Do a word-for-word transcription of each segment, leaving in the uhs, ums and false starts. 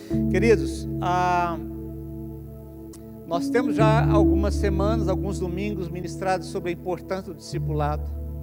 Queridos, ah, nós temos já algumas semanas, alguns domingos ministrados sobre a importância do discipulado.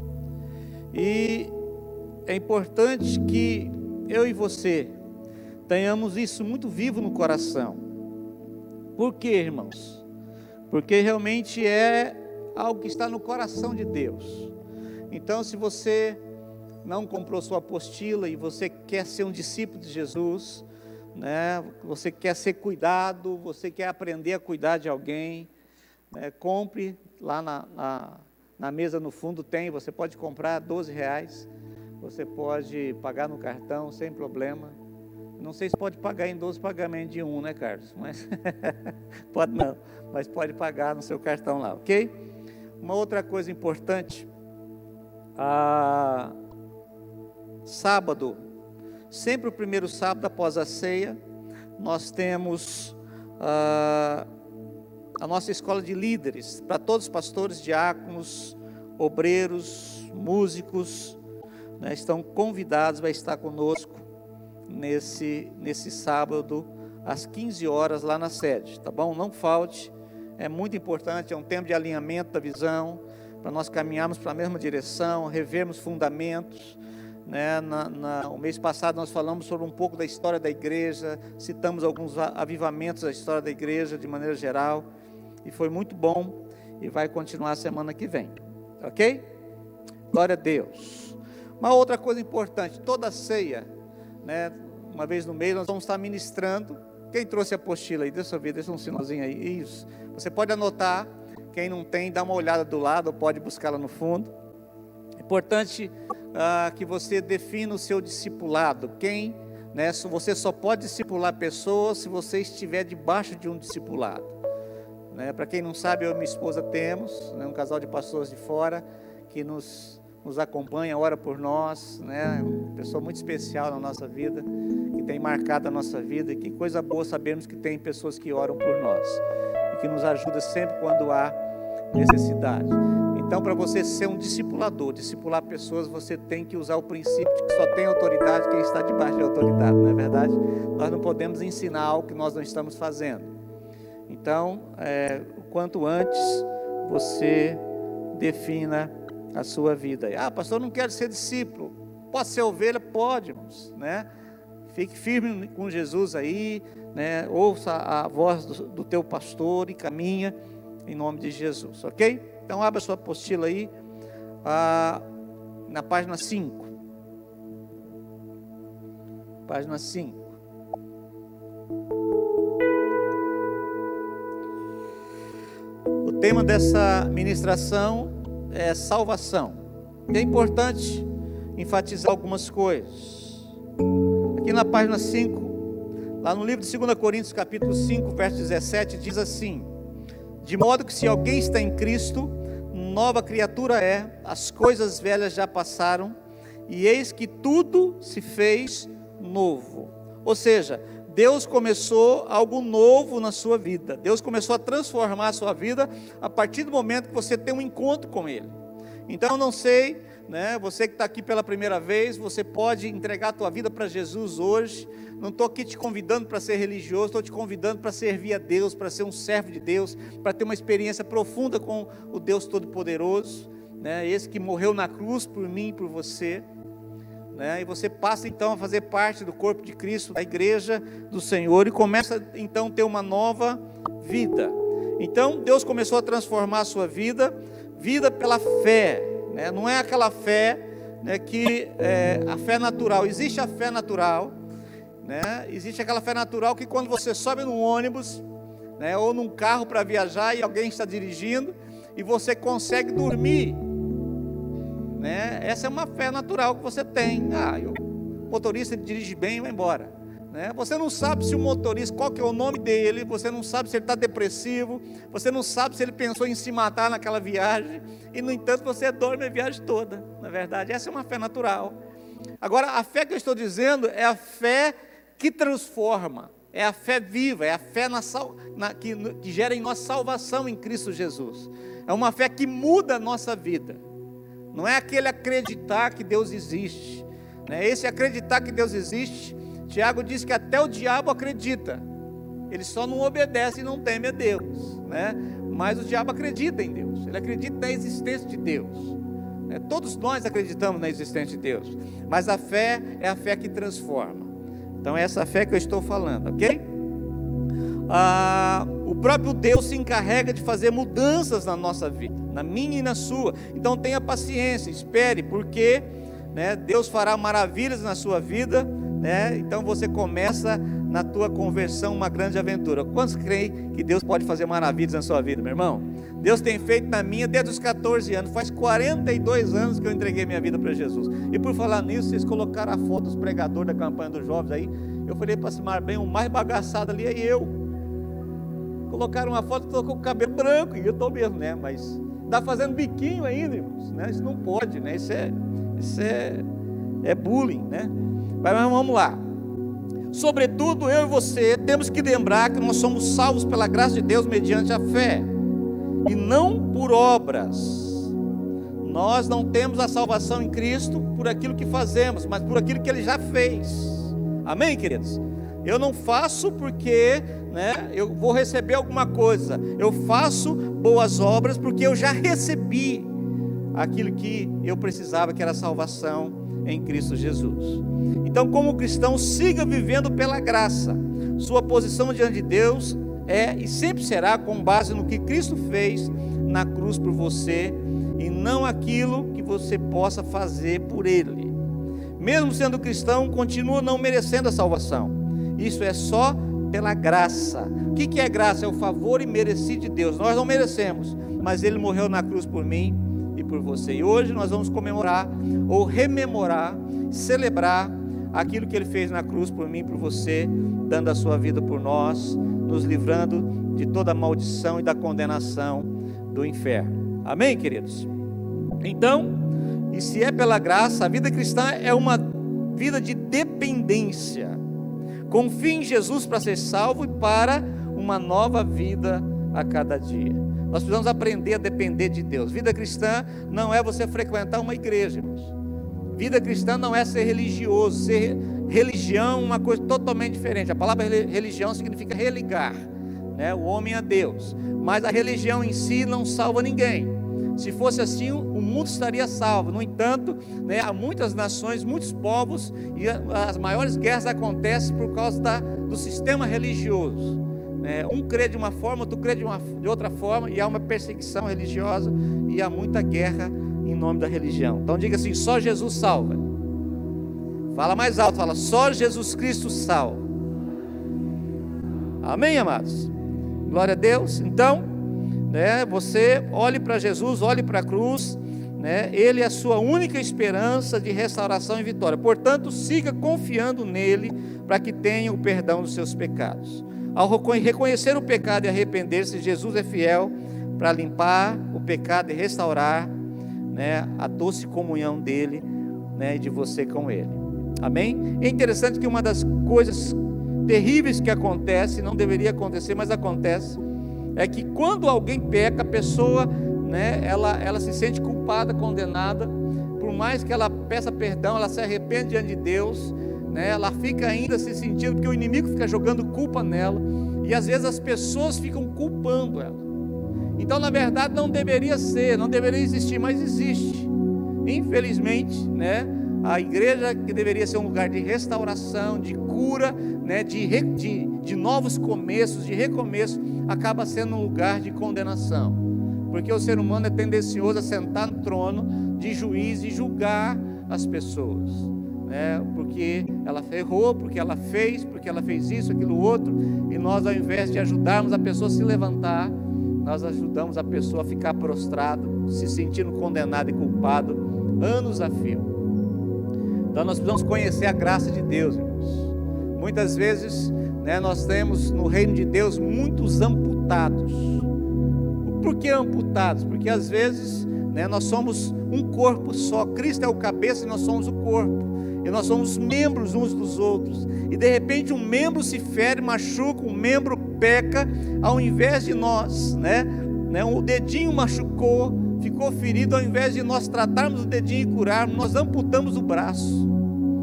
E é importante que eu e você tenhamos isso muito vivo no coração. Por quê, irmãos? Porque realmente é algo que está no coração de Deus. Então, se você não comprou sua apostila e você quer ser um discípulo de Jesus, né? Você quer ser cuidado, você quer aprender a cuidar de alguém, né? Compre lá na, na, na mesa no fundo, tem, você pode comprar doze reais, você pode pagar no cartão sem problema. Não sei se pode pagar em doze pagamentos de um, né, Carlos? Mas pode não, mas pode pagar no seu cartão lá, ok? Uma outra coisa importante, ah, sábado, sempre o primeiro sábado após a ceia, nós temos ah, a nossa escola de líderes, para todos os pastores, diáconos, obreiros, músicos, né, estão convidados, vai estar conosco nesse, nesse sábado, às quinze horas, lá na sede, tá bom? Não falte, é muito importante, é um tempo de alinhamento da visão, para nós caminharmos para a mesma direção, revermos fundamentos, né? Na, na, o mês passado nós falamos sobre um pouco da história da igreja, citamos alguns avivamentos da história da igreja de maneira geral, e foi muito bom, e vai continuar a semana que vem, ok? Glória a Deus. Uma outra coisa importante, toda ceia, né, uma vez no mês nós vamos estar ministrando. Quem trouxe a apostila aí? Deixa eu ver, deixa um sinalzinho aí, isso, você pode anotar, quem não tem, dá uma olhada do lado, ou pode buscá-la no fundo. É importante ah, que você defina o seu discipulado. Quem, né, você só pode discipular pessoas se você estiver debaixo de um discipulado, né? Para quem não sabe, eu e minha esposa temos, né, um casal de pastores de fora que nos, nos acompanha, ora por nós, né? Uma pessoa muito especial na nossa vida, que tem marcado a nossa vida, e que coisa boa sabermos que tem pessoas que oram por nós e que nos ajuda sempre quando há necessidade. Então, para você ser um discipulador, discipular pessoas, você tem que usar o princípio de que só tem autoridade quem está debaixo de autoridade, não é verdade? Nós não podemos ensinar algo que nós não estamos fazendo. Então, é, o quanto antes você defina a sua vida. Ah, pastor, eu não quero ser discípulo. Pode ser ovelha? Pode, irmãos, né? Fique firme com Jesus aí, né? Ouça a voz do, do teu pastor e caminha em nome de Jesus, ok? Então abra sua apostila aí, ah, na página cinco. Página cinco. O tema dessa ministração é salvação. E é importante enfatizar algumas coisas. Aqui na página cinco, lá no livro de dois Coríntios, capítulo cinco, verso dezessete, diz assim: de modo que se alguém está em Cristo, nova criatura é, as coisas velhas já passaram, e eis que tudo se fez novo. Ou seja, Deus começou algo novo na sua vida, Deus começou a transformar a sua vida, a partir do momento que você tem um encontro com Ele. Então eu não sei, né, você que está aqui pela primeira vez, você pode entregar a tua vida para Jesus hoje. Não estou aqui te convidando para ser religioso, estou te convidando para servir a Deus, para ser um servo de Deus, para ter uma experiência profunda com o Deus Todo-Poderoso, né, esse que morreu na cruz por mim e por você, né, e você passa então a fazer parte do corpo de Cristo, da igreja do Senhor, e começa então a ter uma nova vida. Então Deus começou a transformar a sua vida, vida pela fé, né, não é aquela fé, né, que é a fé natural. Existe a fé natural, né? Existe aquela fé natural que quando você sobe num ônibus, né, ou num carro para viajar e alguém está dirigindo e você consegue dormir, né? Essa é uma fé natural que você tem. Ah, o motorista dirige bem e vai embora, né? Você não sabe se o motorista, qual que é o nome dele, você não sabe se ele está depressivo, você não sabe se ele pensou em se matar naquela viagem, e no entanto você dorme a viagem toda. Na verdade, essa é uma fé natural. Agora, a fé que eu estou dizendo é a fé que transforma, é a fé viva, é a fé na, na, que, que gera em nós salvação em Cristo Jesus. É uma fé que muda a nossa vida. Não é aquele acreditar que Deus existe, né? Esse acreditar que Deus existe Tiago diz que até o diabo acredita, ele só não obedece e não teme a Deus, né? Mas o diabo acredita em Deus, ele acredita na existência de Deus, né? Todos nós acreditamos na existência de Deus, mas a fé é a fé que transforma. Então é essa fé que eu estou falando, ok? Ah, o próprio Deus se encarrega de fazer mudanças na nossa vida, na minha e na sua. Então tenha paciência, espere, porque, né, Deus fará maravilhas na sua vida, né? Então você começa na tua conversão uma grande aventura. Quantos creem que Deus pode fazer maravilhas na sua vida, meu irmão? Deus tem feito na minha desde os catorze anos, faz quarenta e dois anos que eu entreguei minha vida para Jesus. E por falar nisso, vocês colocaram a foto dos pregadores da campanha dos jovens aí. Eu falei para Simar, bem, o mais bagaçado ali é eu. Colocaram uma foto, estou com o cabelo branco, e eu estou mesmo, né? Mas está fazendo biquinho ainda, irmãos, né? Isso não pode, né? Isso é, isso é, é bullying, né? Mas vamos lá. Sobretudo, eu e você temos que lembrar que nós somos salvos pela graça de Deus mediante a fé, e não por obras. Nós não temos a salvação em Cristo por aquilo que fazemos, mas por aquilo que Ele já fez. Amém, queridos? Eu não faço porque, né, eu vou receber alguma coisa. Eu faço boas obras porque eu já recebi aquilo que eu precisava, que era a salvação em Cristo Jesus. Então, como cristão, siga vivendo pela graça. Sua posição diante de Deus é e sempre será com base no que Cristo fez na cruz por você, e não aquilo que você possa fazer por Ele. Mesmo sendo cristão, continua não merecendo a salvação. Isso é só pela graça. O que é graça? É o favor imerecido de Deus. Nós não merecemos, mas Ele morreu na cruz por mim e por você. E hoje nós vamos comemorar, ou rememorar, celebrar aquilo que Ele fez na cruz por mim e por você, dando a sua vida por nós, nos livrando de toda a maldição e da condenação do inferno. Amém, queridos? Então, e se é pela graça, a vida cristã é uma vida de dependência. Confie em Jesus para ser salvo e para uma nova vida a cada dia. Nós precisamos aprender a depender de Deus. Vida cristã não é você frequentar uma igreja, irmãos. Vida cristã não é ser religioso. Ser religião é uma coisa totalmente diferente. A palavra religião significa religar, né, o homem a Deus. Mas a religião em si não salva ninguém. Se fosse assim, o mundo estaria salvo. No entanto, né, há muitas nações, muitos povos, e as maiores guerras acontecem por causa da, do sistema religioso. Né? Um crê de uma forma, outro crê de, uma, de outra forma, e há uma perseguição religiosa, e há muita guerra em nome da religião. Então diga assim: só Jesus salva. Fala mais alto, fala: só Jesus Cristo salva. Amém, amados? Glória a Deus. Então, né, você olhe para Jesus, olhe para a cruz, né, Ele é a sua única esperança de restauração e vitória. Portanto, siga confiando nele para que tenha o perdão dos seus pecados. Ao reconhecer o pecado e arrepender-se, Jesus é fiel para limpar o pecado e restaurar, né, a doce comunhão dele, né, e de você com ele. Amém? É interessante que uma das coisas terríveis que acontece, não deveria acontecer, mas acontece, é que quando alguém peca, a pessoa, né, ela, ela se sente culpada, condenada. Por mais que ela peça perdão, ela se arrepende diante de Deus, né, ela fica ainda se sentindo, porque o inimigo fica jogando culpa nela, e às vezes as pessoas ficam culpando ela. Então, na verdade, não deveria ser, não deveria existir, mas existe. Infelizmente, né, a igreja, que deveria ser um lugar de restauração, de cura, né, de, de, de novos começos, de recomeço, acaba sendo um lugar de condenação, porque o ser humano é tendencioso a sentar no trono de juiz e julgar as pessoas, né, porque ela errou, porque ela fez, porque ela fez isso, aquilo, outro, e nós, ao invés de ajudarmos a pessoa a se levantar, nós ajudamos a pessoa a ficar prostrado, se sentindo condenado e culpado, anos a fio. Então nós precisamos conhecer a graça de Deus, irmãos. Muitas vezes, né, nós temos no reino de Deus muitos amputados. Por que amputados? Porque às vezes, né, nós somos um corpo só. Cristo é o cabeça e nós somos o corpo. E nós somos membros uns dos outros. E de repente um membro se fere, machuca, um membro peca, ao invés de nós, né, né, o dedinho machucou, ficou ferido, ao invés de nós tratarmos o dedinho e curarmos, nós amputamos o braço.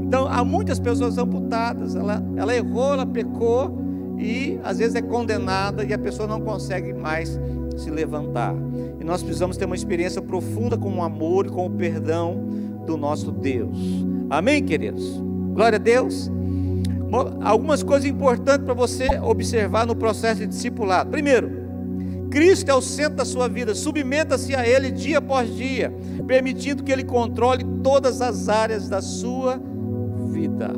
Então, há muitas pessoas amputadas, ela, ela errou, ela pecou, e às vezes é condenada, e a pessoa não consegue mais se levantar. E nós precisamos ter uma experiência profunda com o amor e com o perdão do nosso Deus. Amém, queridos? Glória a Deus. Algumas coisas importantes para você observar no processo de discipulado. Primeiro, Cristo é o centro da sua vida. Submeta-se a Ele dia após dia, permitindo que Ele controle todas as áreas da sua vida.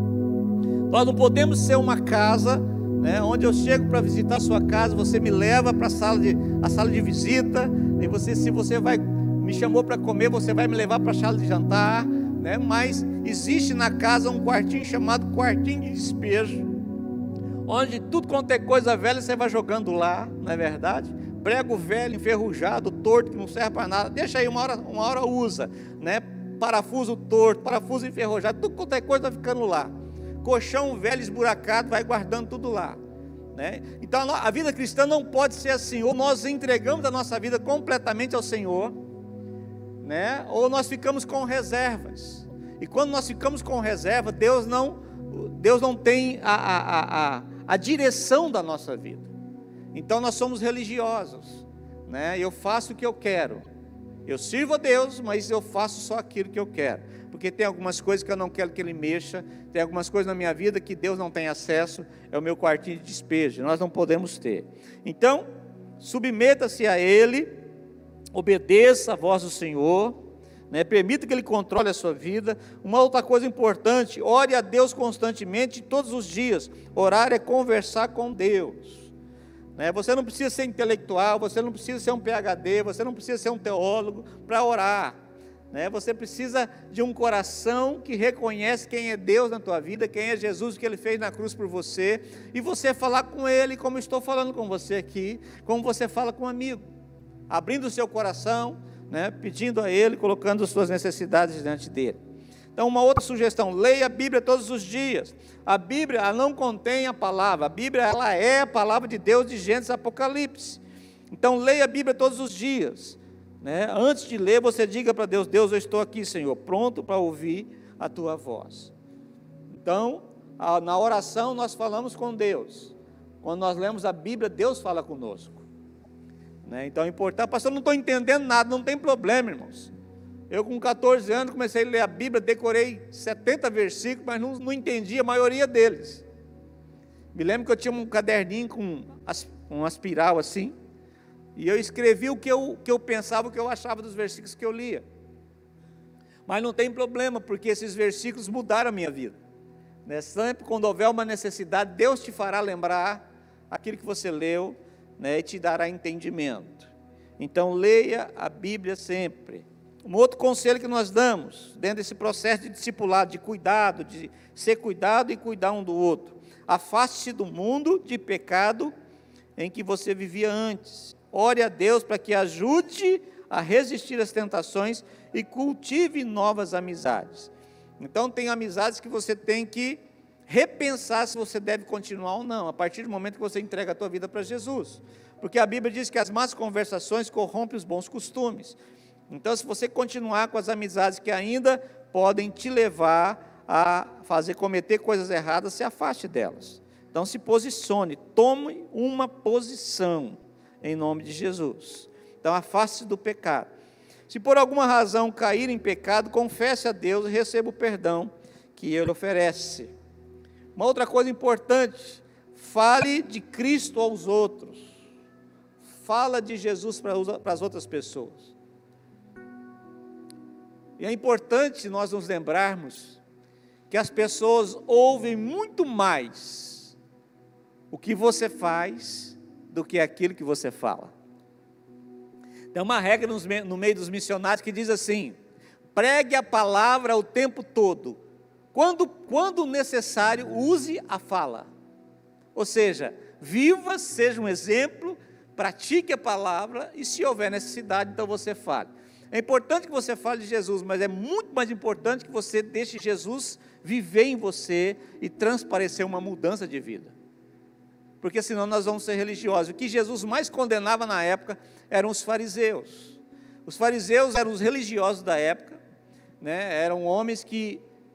Nós não podemos ser uma casa, né, onde eu chego para visitar a sua casa, você me leva para a sala de, a sala de visita, e você, se você vai, me chamou para comer, você vai me levar para a sala de jantar, né, mas existe na casa um quartinho chamado quartinho de despejo, onde tudo quanto é coisa velha você vai jogando lá, não é verdade? Prego velho, enferrujado, torto, que não serve para nada, deixa aí, uma hora, uma hora usa, né? Parafuso torto, parafuso enferrujado, tudo quanto é coisa vai ficando lá. Colchão velho, esburacado, vai guardando tudo lá, né? Então a vida cristã não pode ser assim, ou nós entregamos a nossa vida completamente ao Senhor, né? Ou nós ficamos com reservas, e quando nós ficamos com reserva, Deus não, Deus não tem a, a, a, a direção da nossa vida. Então nós somos religiosos, né? Eu faço o que eu quero, eu sirvo a Deus, mas eu faço só aquilo que eu quero, porque tem algumas coisas que eu não quero que Ele mexa, tem algumas coisas na minha vida que Deus não tem acesso, é o meu quartinho de despejo, nós não podemos ter. Então, submeta-se a Ele, obedeça a voz do Senhor, né? Permita que Ele controle a sua vida. Uma outra coisa importante, ore a Deus constantemente, todos os dias. Orar é conversar com Deus, né? Você não precisa ser intelectual, você não precisa ser um P H D, você não precisa ser um teólogo para orar, né? Você precisa de um coração que reconhece quem é Deus na tua vida, quem é Jesus, o que Ele fez na cruz por você, e você falar com Ele como estou falando com você aqui, como você fala com um amigo, abrindo o seu coração, né? Pedindo a Ele, colocando as suas necessidades diante dEle. Então, uma outra sugestão, leia a Bíblia todos os dias. A Bíblia, ela não contém a palavra, a Bíblia, ela é a palavra de Deus de Gênesis a Apocalipse. Então, leia a Bíblia todos os dias, né? Antes de ler, você diga para Deus: Deus, eu estou aqui, Senhor, pronto para ouvir a tua voz. Então, a, na oração nós falamos com Deus. Quando nós lemos a Bíblia, Deus fala conosco, né? Então é importante. Pastor, eu não estou entendendo nada, não tem problema, irmãos. Eu com catorze anos comecei a ler a Bíblia, decorei setenta versículos, mas não, não entendi a maioria deles. Me lembro que eu tinha um caderninho com uma espiral assim, e eu escrevi o que eu, que eu pensava, o que eu achava dos versículos que eu lia. Mas não tem problema, porque esses versículos mudaram a minha vida, né? Sempre quando houver uma necessidade, Deus te fará lembrar aquilo que você leu, né? E te dará entendimento. Então leia a Bíblia sempre. Um outro conselho que nós damos, dentro desse processo de discipulado, de cuidado, de ser cuidado e cuidar um do outro: afaste-se do mundo de pecado em que você vivia antes. Ore a Deus para que ajude a resistir às tentações e cultive novas amizades. Então tem amizades que você tem que repensar se você deve continuar ou não, a partir do momento que você entrega a tua vida para Jesus. Porque a Bíblia diz que as más conversações corrompem os bons costumes. Então, se você continuar com as amizades que ainda podem te levar a fazer cometer coisas erradas, se afaste delas. Então, se posicione, tome uma posição em nome de Jesus. Então, afaste-se do pecado. Se por alguma razão cair em pecado, confesse a Deus e receba o perdão que Ele oferece. Uma outra coisa importante, fale de Cristo aos outros. Fala de Jesus para as outras pessoas. E é importante nós nos lembrarmos que as pessoas ouvem muito mais o que você faz do que aquilo que você fala. Tem uma regra no meio dos missionários que diz assim: pregue a palavra o tempo todo, quando, quando necessário, use a fala. Ou seja, viva, seja um exemplo, pratique a palavra, e se houver necessidade, então você fale. É importante que você fale de Jesus, mas é muito mais importante que você deixe Jesus viver em você e transparecer uma mudança de vida. Porque senão nós vamos ser religiosos. O que Jesus mais condenava na época eram os fariseus. Os fariseus eram os religiosos da época, né? Eram homens que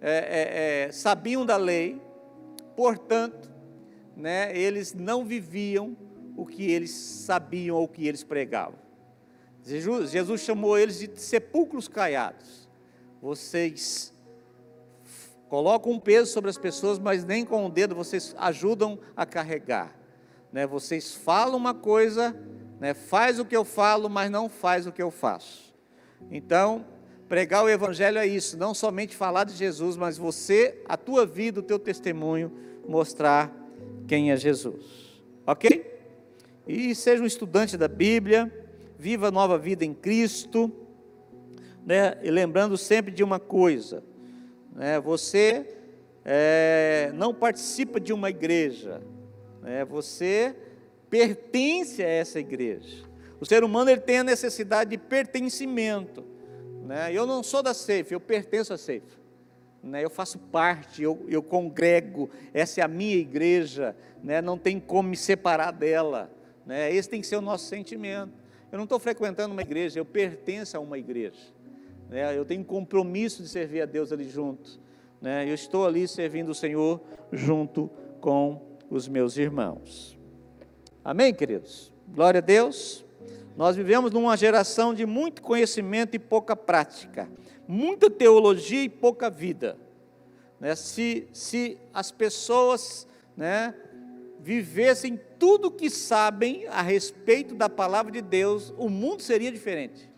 é, é, sabiam da lei, portanto, né, eles não viviam o que eles sabiam ou o que eles pregavam. Jesus, Jesus chamou eles de sepulcros caiados. Vocês colocam um peso sobre as pessoas, mas nem com o dedo vocês ajudam a carregar. Né? Vocês falam uma coisa, né, faz o que eu falo, mas não faz o que eu faço. Então, pregar o Evangelho é isso, não somente falar de Jesus, mas você, a tua vida, o teu testemunho, mostrar quem é Jesus. Ok? E seja um estudante da Bíblia, viva a nova vida em Cristo, né? E lembrando sempre de uma coisa, né? Você é, não participa de uma igreja, né? Você pertence a essa igreja. O ser humano ele tem a necessidade de pertencimento, né? Eu não sou da Safe, eu pertenço à Safe, né? Eu faço parte, eu, eu congrego, essa é a minha igreja, né? Não tem como me separar dela, né? Esse tem que ser o nosso sentimento. Eu não estou frequentando uma igreja, eu pertenço a uma igreja, né? Eu tenho compromisso de servir a Deus ali junto, né? Eu estou ali servindo o Senhor junto com os meus irmãos. Amém, queridos? Glória a Deus. Nós vivemos numa geração de muito conhecimento e pouca prática, muita teologia e pouca vida, né? Se, se as pessoas, né, vivessem tudo que sabem a respeito da palavra de Deus, o mundo seria diferente.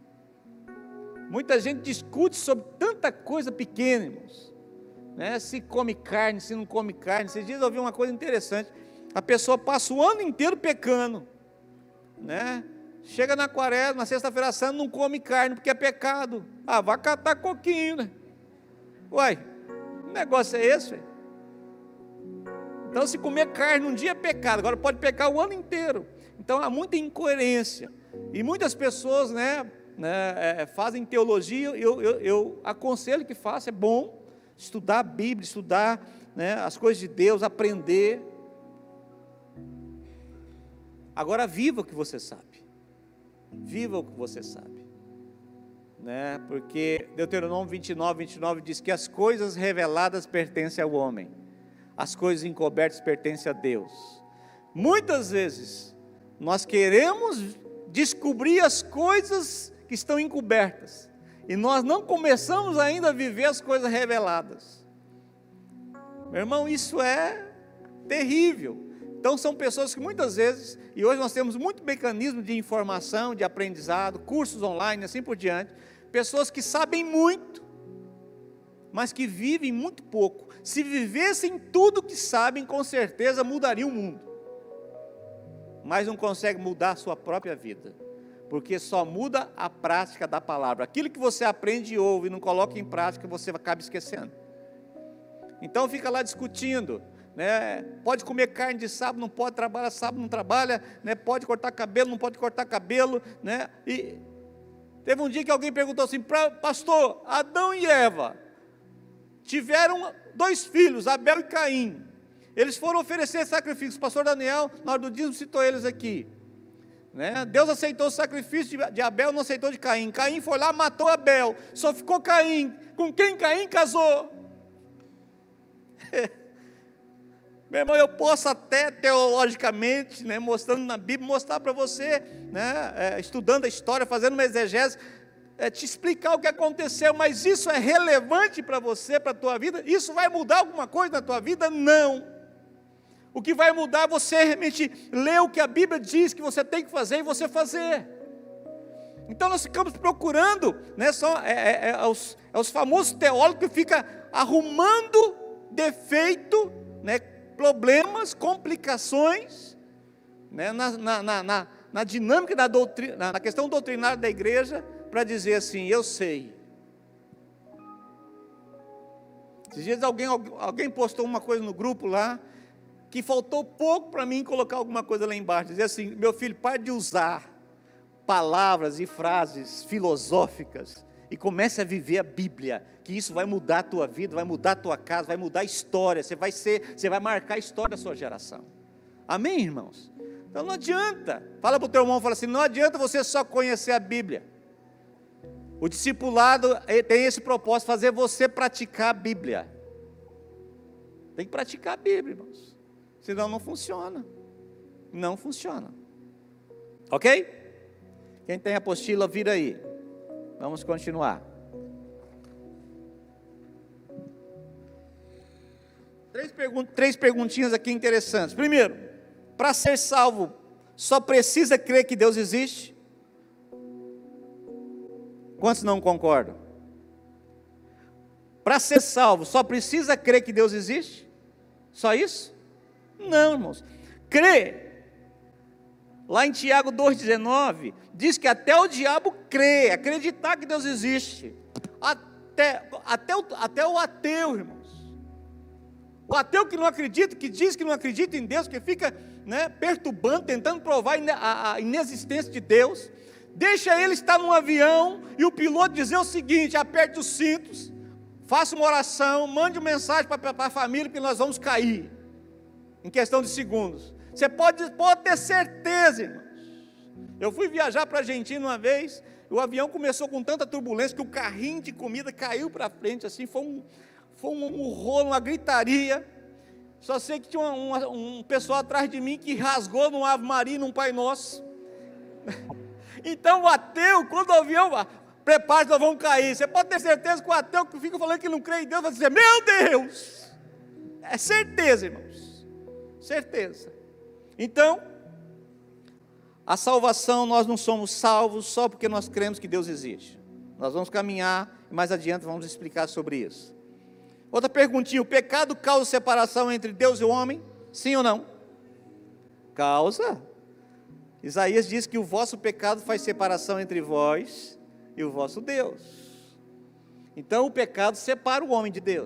Muita gente discute sobre tanta coisa pequena, irmãos, né? Se come carne, se não come carne. Esses dias eu ouvi uma coisa interessante, a pessoa passa o ano inteiro pecando, né? Chega na quaresma, na sexta-feira santa, não come carne, porque é pecado. Ah, vai catar coquinho, né? Uai, que negócio é esse, velho? Então, se comer carne um dia é pecado, agora pode pecar o ano inteiro. Então, há muita incoerência. E muitas pessoas, né, né, é, fazem teologia, eu, eu, eu aconselho que faça, é bom estudar a Bíblia, estudar, né, as coisas de Deus, aprender. Agora, viva o que você sabe. Viva o que você sabe. Né, porque Deuteronômio vinte e nove, vinte e nove diz que as coisas reveladas pertencem ao homem. As coisas encobertas pertencem a Deus. Muitas vezes, nós queremos descobrir as coisas que estão encobertas, e nós não começamos ainda a viver as coisas reveladas. Meu irmão, isso é terrível. Então são pessoas que muitas vezes, e hoje nós temos muito mecanismo de informação, de aprendizado, cursos online, assim por diante, pessoas que sabem muito, mas que vivem muito pouco. Se vivessem tudo que sabem, com certeza mudaria o mundo, mas não consegue mudar a sua própria vida, porque só muda a prática da palavra. Aquilo que você aprende e ouve e não coloca em prática, você acaba esquecendo. Então fica lá discutindo, né? Pode comer carne de sábado, não pode, trabalhar sábado, não trabalha, né? Pode cortar cabelo, não pode cortar cabelo, né? E teve um dia que alguém perguntou assim, pastor, Adão e Eva tiveram dois filhos, Abel e Caim. Eles foram oferecer sacrifícios. O pastor Daniel, na hora do dízimo, citou eles aqui, né? Deus aceitou o sacrifício de Abel, não aceitou de Caim. Caim foi lá, matou Abel, só ficou Caim. Com quem Caim casou? Meu irmão, eu posso até teologicamente, né, mostrando na Bíblia, mostrar para você, né, é, estudando a história, fazendo uma exegese, é, te explicar o que aconteceu, mas isso é relevante para você, para a tua vida? Isso vai mudar alguma coisa na tua vida? Não. O que vai mudar é você realmente ler o que a Bíblia diz que você tem que fazer e você fazer. Então nós ficamos procurando, né, são, é, é, é, os, é os famosos teólogos que ficam arrumando defeito, né, problemas, complicações, né, na, na, na, na, na dinâmica da doutrina, na questão doutrinária da igreja, para dizer assim, eu sei. Esses dias alguém, alguém postou uma coisa no grupo lá, que faltou pouco para mim colocar alguma coisa lá embaixo, dizer assim, meu filho, pare de usar palavras e frases filosóficas, e comece a viver a Bíblia, que isso vai mudar a tua vida, vai mudar a tua casa, vai mudar a história, você vai ser, você vai marcar a história da sua geração. Amém, irmãos? Então não adianta, fala para o teu irmão, fala assim, não adianta você só conhecer a Bíblia. O discipulado tem esse propósito, fazer você praticar a Bíblia. Tem que praticar a Bíblia, irmãos. Senão não funciona. Não funciona. Ok? Quem tem apostila, vira aí. Vamos continuar. Três, pergun- três perguntinhas aqui interessantes. Primeiro, para ser salvo, só precisa crer que Deus existe? Quantos não concordam? Para ser salvo, só precisa crer que Deus existe? Só isso? Não, irmãos. Crer, lá em Tiago dois, dezenove, diz que até o diabo crê, acreditar que Deus existe. Até, até, o, até o ateu, irmãos. O ateu que não acredita, que diz que não acredita em Deus, que fica, né, perturbando, tentando provar a, a inexistência de Deus, deixa ele estar num avião e o piloto dizer o seguinte: aperte os cintos, faça uma oração, mande uma mensagem para a família que nós vamos cair, em questão de segundos. Você pode, pode ter certeza, irmãos. Eu fui viajar para a Argentina uma vez, o avião começou com tanta turbulência que o carrinho de comida caiu para frente, assim, foi um, foi um, um rolo, uma gritaria. Só sei que tinha um, um, um pessoal atrás de mim que rasgou num Ave Maria, num Pai Nosso. Então o ateu, quando o avião, prepare-se, nós vamos cair. Você pode ter certeza que o ateu que fica falando que não crê em Deus vai dizer: meu Deus! É certeza, irmãos. Certeza. Então, a salvação, nós não somos salvos só porque nós cremos que Deus existe. Nós vamos caminhar e mais adiante vamos explicar sobre isso. Outra perguntinha: o pecado causa separação entre Deus e o homem? Sim ou não? Causa. Isaías diz que o vosso pecado faz separação entre vós e o vosso Deus. Então o pecado separa o homem de Deus.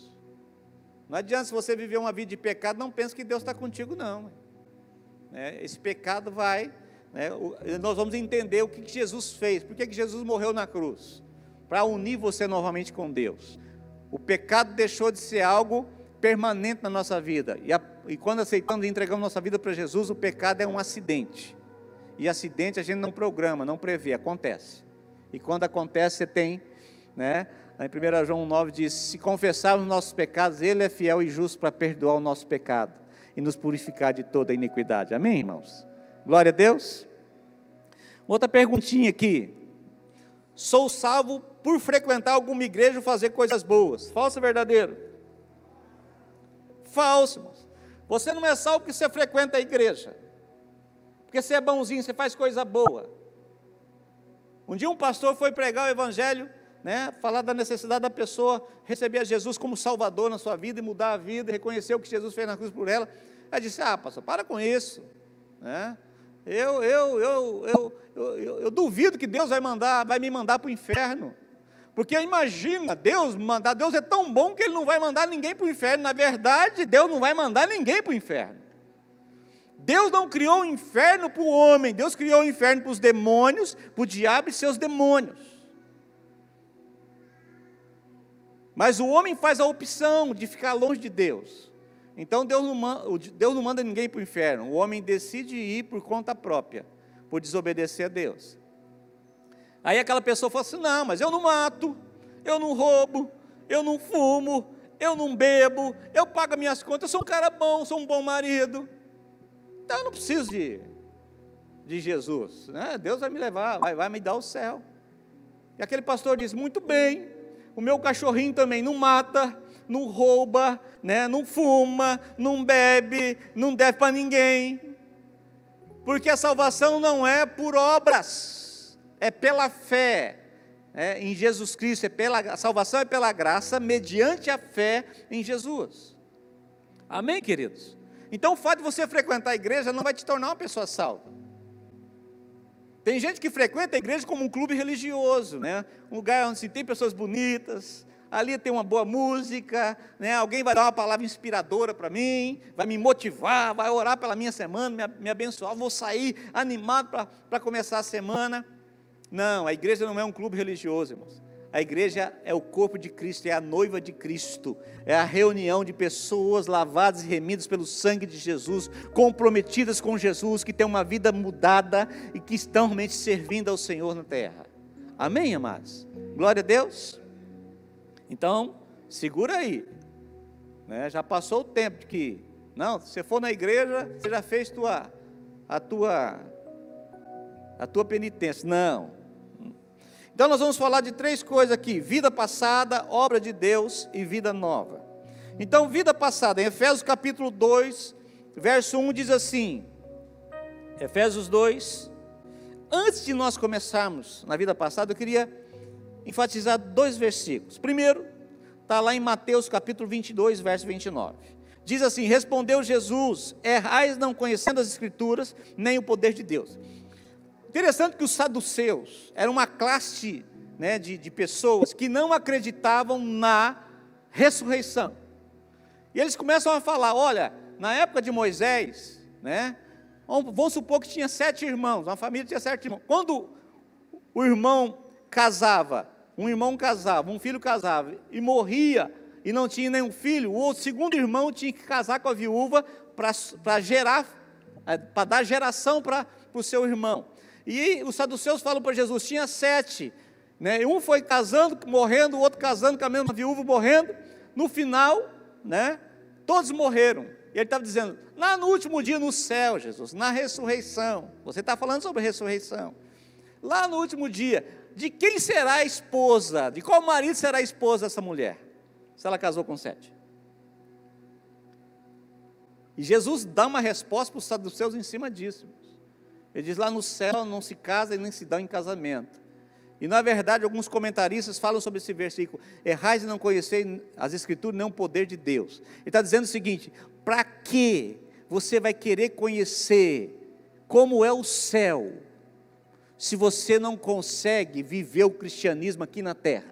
Não adianta, se você viver uma vida de pecado, não pense que Deus está contigo, não. É, esse pecado vai, né, nós vamos entender o que, que Jesus fez, por que, que Jesus morreu na cruz, para unir você novamente com Deus. O pecado deixou de ser algo permanente na nossa vida, e, a, e quando aceitamos e entregamos nossa vida para Jesus, o pecado é um acidente, e acidente a gente não programa, não prevê, acontece, e quando acontece você tem, né, em primeiro João nove diz: se confessarmos nossos pecados, Ele é fiel e justo para perdoar o nosso pecado e nos purificar de toda a iniquidade. Amém, irmãos? Glória a Deus. Outra perguntinha aqui: sou salvo por frequentar alguma igreja ou fazer coisas boas? Falso ou verdadeiro? Falso, irmãos. Você não é salvo porque você frequenta a igreja, porque você é bonzinho, você faz coisa boa. Um dia um pastor foi pregar o evangelho, né, falar da necessidade da pessoa receber a Jesus como Salvador na sua vida e mudar a vida, e reconhecer o que Jesus fez na cruz por ela. Ela disse: ah, pastor, para com isso, né? eu, eu, eu, eu, eu, eu, eu duvido que Deus vai, mandar, vai me mandar para o inferno, porque imagina, Deus mandar, Deus é tão bom que Ele não vai mandar ninguém para o inferno. Na verdade, Deus não vai mandar ninguém para o inferno. Deus não criou o inferno para o homem, Deus criou o inferno para os demônios, para o diabo e seus demônios. Mas o homem faz a opção de ficar longe de Deus. Então Deus não manda, Deus não manda ninguém para o inferno. O homem decide ir por conta própria, por desobedecer a Deus. Aí aquela pessoa fala assim: não, mas eu não mato, eu não roubo, eu não fumo, eu não bebo, eu pago minhas contas, eu sou um cara bom, sou um bom marido. Então eu não preciso de, de Jesus, né? Deus vai me levar, vai, vai me dar o céu. E aquele pastor diz: muito bem, o meu cachorrinho também não mata, não rouba, né, não fuma, não bebe, não deve para ninguém, porque a salvação não é por obras, é pela fé, é, em Jesus Cristo, é pela, a salvação é pela graça, mediante a fé em Jesus. Amém, queridos? Então o fato de você frequentar a igreja não vai te tornar uma pessoa salva. Tem gente que frequenta a igreja como um clube religioso, né? Um lugar onde se tem pessoas bonitas, ali tem uma boa música, né? Alguém vai dar uma palavra inspiradora para mim, vai me motivar, vai orar pela minha semana, me, me abençoar, vou sair animado para começar a semana. Não, a igreja não é um clube religioso, irmãos. A igreja é o corpo de Cristo, é a noiva de Cristo, é a reunião de pessoas lavadas e remidas pelo sangue de Jesus, comprometidas com Jesus, que têm uma vida mudada e que estão realmente servindo ao Senhor na terra. Amém, amados? Glória a Deus. Então, segura aí, né? Já passou o tempo de que, não, se você for na igreja, você já fez tua, a tua, a tua penitência. Não. Então nós vamos falar de três coisas aqui: vida passada, obra de Deus e vida nova. Então, vida passada, em Efésios capítulo dois, verso um diz assim, Efésios dois, antes de nós começarmos na vida passada, eu queria enfatizar dois versículos. Primeiro, está lá em Mateus capítulo vinte e dois, verso vinte e nove. Diz assim: respondeu Jesus, errais não conhecendo as Escrituras, nem o poder de Deus. Interessante que os saduceus eram uma classe, né, de, de pessoas que não acreditavam na ressurreição. E eles começam a falar, olha, na época de Moisés, né, vamos, vamos supor que tinha sete irmãos, uma família tinha sete irmãos. Quando o irmão casava, um irmão casava, um filho casava e morria e não tinha nenhum filho, o segundo irmão tinha que casar com a viúva para gerar, para dar geração para o seu irmão. E os saduceus falam para Jesus, tinha sete, né? Um foi casando, morrendo, o outro casando com a mesma viúva, morrendo. No final, né, todos morreram. E ele estava dizendo, lá no último dia no céu, Jesus, na ressurreição, você está falando sobre a ressurreição, lá no último dia, de quem será a esposa, de qual marido será a esposa dessa mulher, se ela casou com sete? E Jesus dá uma resposta para os saduceus em cima disso. Ele diz, lá no céu não se casa e nem se dá em casamento. E na verdade alguns comentaristas falam sobre esse versículo, errais e não conheceis as Escrituras, nem o poder de Deus. Ele está dizendo o seguinte, para que você vai querer conhecer como é o céu, se você não consegue viver o cristianismo aqui na terra?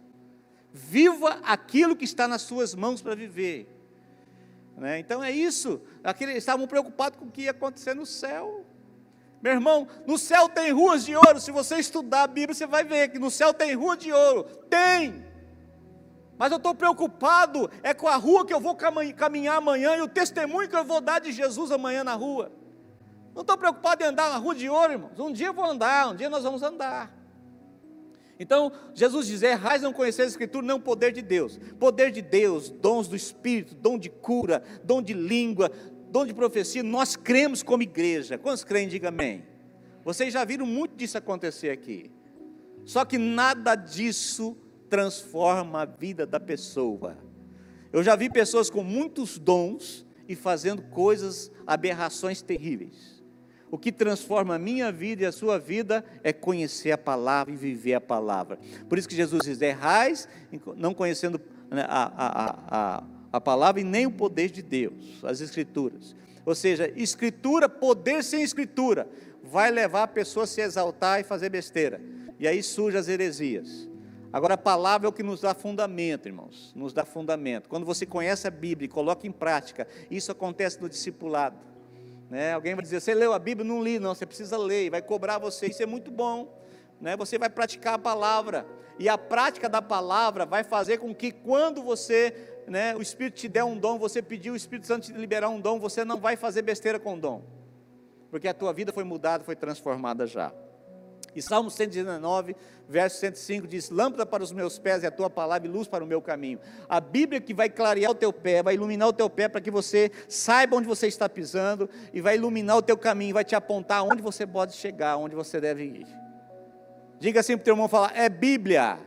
Viva aquilo que está nas suas mãos para viver, né? Então é isso, aqueles estavam preocupados com o que ia acontecer no céu. Meu irmão, no céu tem ruas de ouro. Se você estudar a Bíblia, você vai ver que no céu tem rua de ouro. Tem! Mas eu estou preocupado é com a rua que eu vou caminhar amanhã e o testemunho que eu vou dar de Jesus amanhã na rua. Não estou preocupado em andar na rua de ouro, irmãos. Um dia eu vou andar, um dia nós vamos andar. Então, Jesus diz, errais não conhecer a Escritura, não o poder de Deus. Poder de Deus, dons do Espírito, dom de cura, dom de língua, dom de profecia, nós cremos como igreja. Quantos creem, diga amém. Vocês já viram muito disso acontecer aqui. Só que nada disso transforma a vida da pessoa. Eu já vi pessoas com muitos dons e fazendo coisas, aberrações terríveis. O que transforma a minha vida e a sua vida é conhecer a palavra e viver a palavra. Por isso que Jesus diz, errais, não conhecendo a, a, a, a, a palavra e nem o poder de Deus, as Escrituras. Ou seja, Escritura, poder sem Escritura, vai levar a pessoa a se exaltar e fazer besteira. E aí surgem as heresias. Agora a palavra é o que nos dá fundamento, irmãos, nos dá fundamento. Quando você conhece a Bíblia e coloca em prática, isso acontece no discipulado, né? Alguém vai dizer, você leu a Bíblia? Não li, não, você precisa ler, vai cobrar você, isso é muito bom, né? Você vai praticar a palavra, e a prática da palavra vai fazer com que quando você, né, o Espírito te der um dom, você pedir o Espírito Santo te liberar um dom, você não vai fazer besteira com o dom, porque a tua vida foi mudada, foi transformada já. E Salmo cento e dezenove, verso cento e cinco diz, lâmpada para os meus pés e a tua palavra e luz para o meu caminho. A Bíblia que vai clarear o teu pé, vai iluminar o teu pé para que você saiba onde você está pisando e vai iluminar o teu caminho, vai te apontar onde você pode chegar, onde você deve ir. Diga assim para o teu irmão, fala, é Bíblia.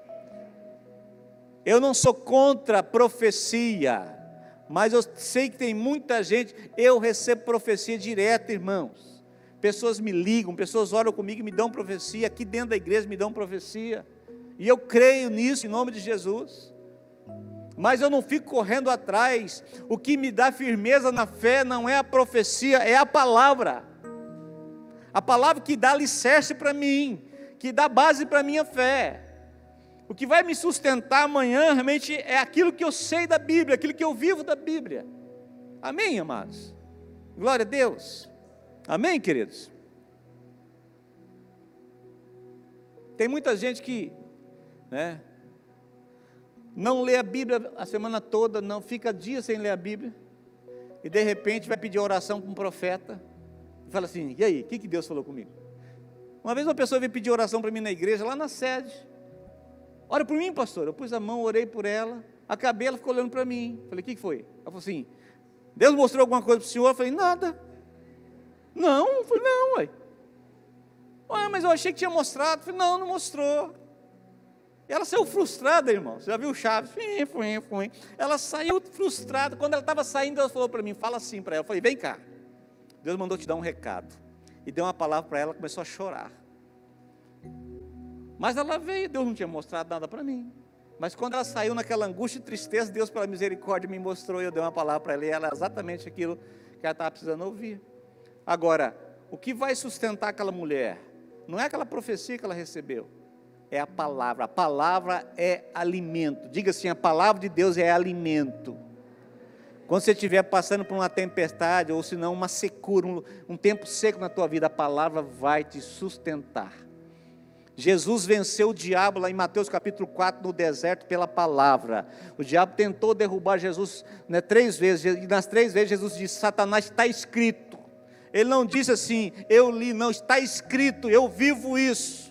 Eu não sou contra profecia, mas eu sei que tem muita gente, eu recebo profecia direta, irmãos. Pessoas me ligam, pessoas oram comigo e me dão profecia, aqui dentro da igreja me dão profecia, e eu creio nisso em nome de Jesus, mas eu não fico correndo atrás. O que me dá firmeza na fé não é a profecia, é a palavra, a palavra que dá alicerce para mim, que dá base para a minha fé. O que vai me sustentar amanhã realmente é aquilo que eu sei da Bíblia, aquilo que eu vivo da Bíblia. Amém, amados? Glória a Deus. Amém, queridos? Tem muita gente que, né, não lê a Bíblia a semana toda, não fica dias sem ler a Bíblia, e de repente vai pedir oração para um profeta, e fala assim, e aí, o que, que Deus falou comigo? Uma vez uma pessoa veio pedir oração para mim na igreja, lá na sede. Ora por mim, pastor. Eu pus a mão, orei por ela. Acabei, ela ficou olhando para mim. Falei, o que foi? Ela falou assim, Deus mostrou alguma coisa para o senhor? Eu falei, nada. Não, eu falei, não, ué. Ué, mas eu achei que tinha mostrado. Eu falei, não, não mostrou. E ela saiu frustrada, irmão. Você já viu o Chaves? Fui, fui, fui. Ela saiu frustrada. Quando ela estava saindo, ela falou para mim, fala assim para ela. Eu falei, vem cá. Deus mandou te dar um recado. E deu uma palavra para ela, começou a chorar. Mas ela veio, Deus não tinha mostrado nada para mim. Mas quando ela saiu naquela angústia e tristeza, Deus pela misericórdia me mostrou, e eu dei uma palavra para ela, e ela exatamente aquilo que ela estava precisando ouvir. Agora, o que vai sustentar aquela mulher, não é aquela profecia que ela recebeu, é a palavra. A palavra é alimento. Diga assim, a palavra de Deus é alimento. Quando você estiver passando por uma tempestade, ou se não uma secura, um, um tempo seco na tua vida, a palavra vai te sustentar. Jesus venceu o diabo lá em Mateus capítulo quatro, no deserto, pela palavra. O diabo tentou derrubar Jesus, né, três vezes, e nas três vezes Jesus disse, Satanás, está escrito. Ele não disse assim, eu li, não, está escrito, eu vivo isso.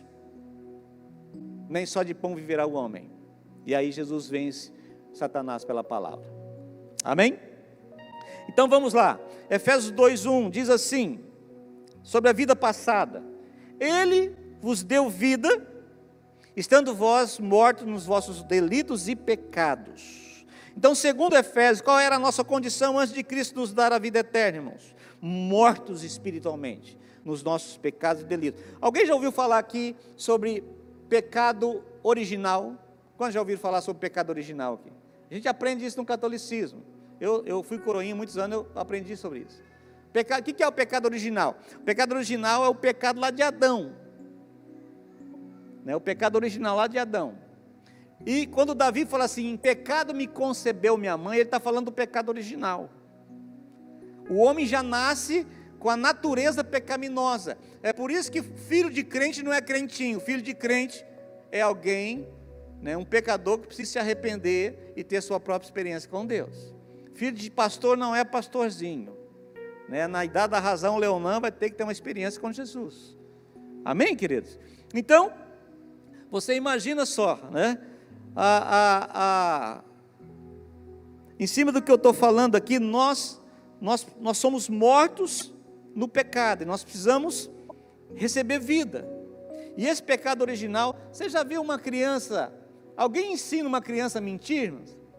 Nem só de pão viverá o homem. E aí Jesus vence Satanás pela palavra. Amém? Então vamos lá, Efésios dois, um, diz assim, sobre a vida passada, Ele vos deu vida, estando vós mortos nos vossos delitos e pecados. Então, segundo Efésios, qual era a nossa condição antes de Cristo nos dar a vida eterna, irmãos? Mortos espiritualmente, nos nossos pecados e delitos. Alguém já ouviu falar aqui sobre pecado original? Quando já ouviram falar sobre pecado original aqui? A gente aprende isso no catolicismo. Eu, eu fui coroinha há muitos anos, eu aprendi sobre isso. Pecado, o que é o pecado original? O pecado original é o pecado lá de Adão. Né, o pecado original lá de Adão. E quando Davi fala assim, em pecado me concebeu minha mãe, ele está falando do pecado original. O homem já nasce com a natureza pecaminosa. É por isso que filho de crente não é crentinho. Filho de crente é alguém, né, um pecador que precisa se arrepender e ter sua própria experiência com Deus. Filho de pastor não é pastorzinho. Né, na idade da razão, Leonã vai ter que ter uma experiência com Jesus. Amém, queridos? Então, você imagina só, né? A, a, a, em cima do que eu estou falando aqui, nós, nós, nós somos mortos no pecado, e nós precisamos receber vida. E esse pecado original, você já viu uma criança, alguém ensina uma criança a mentir?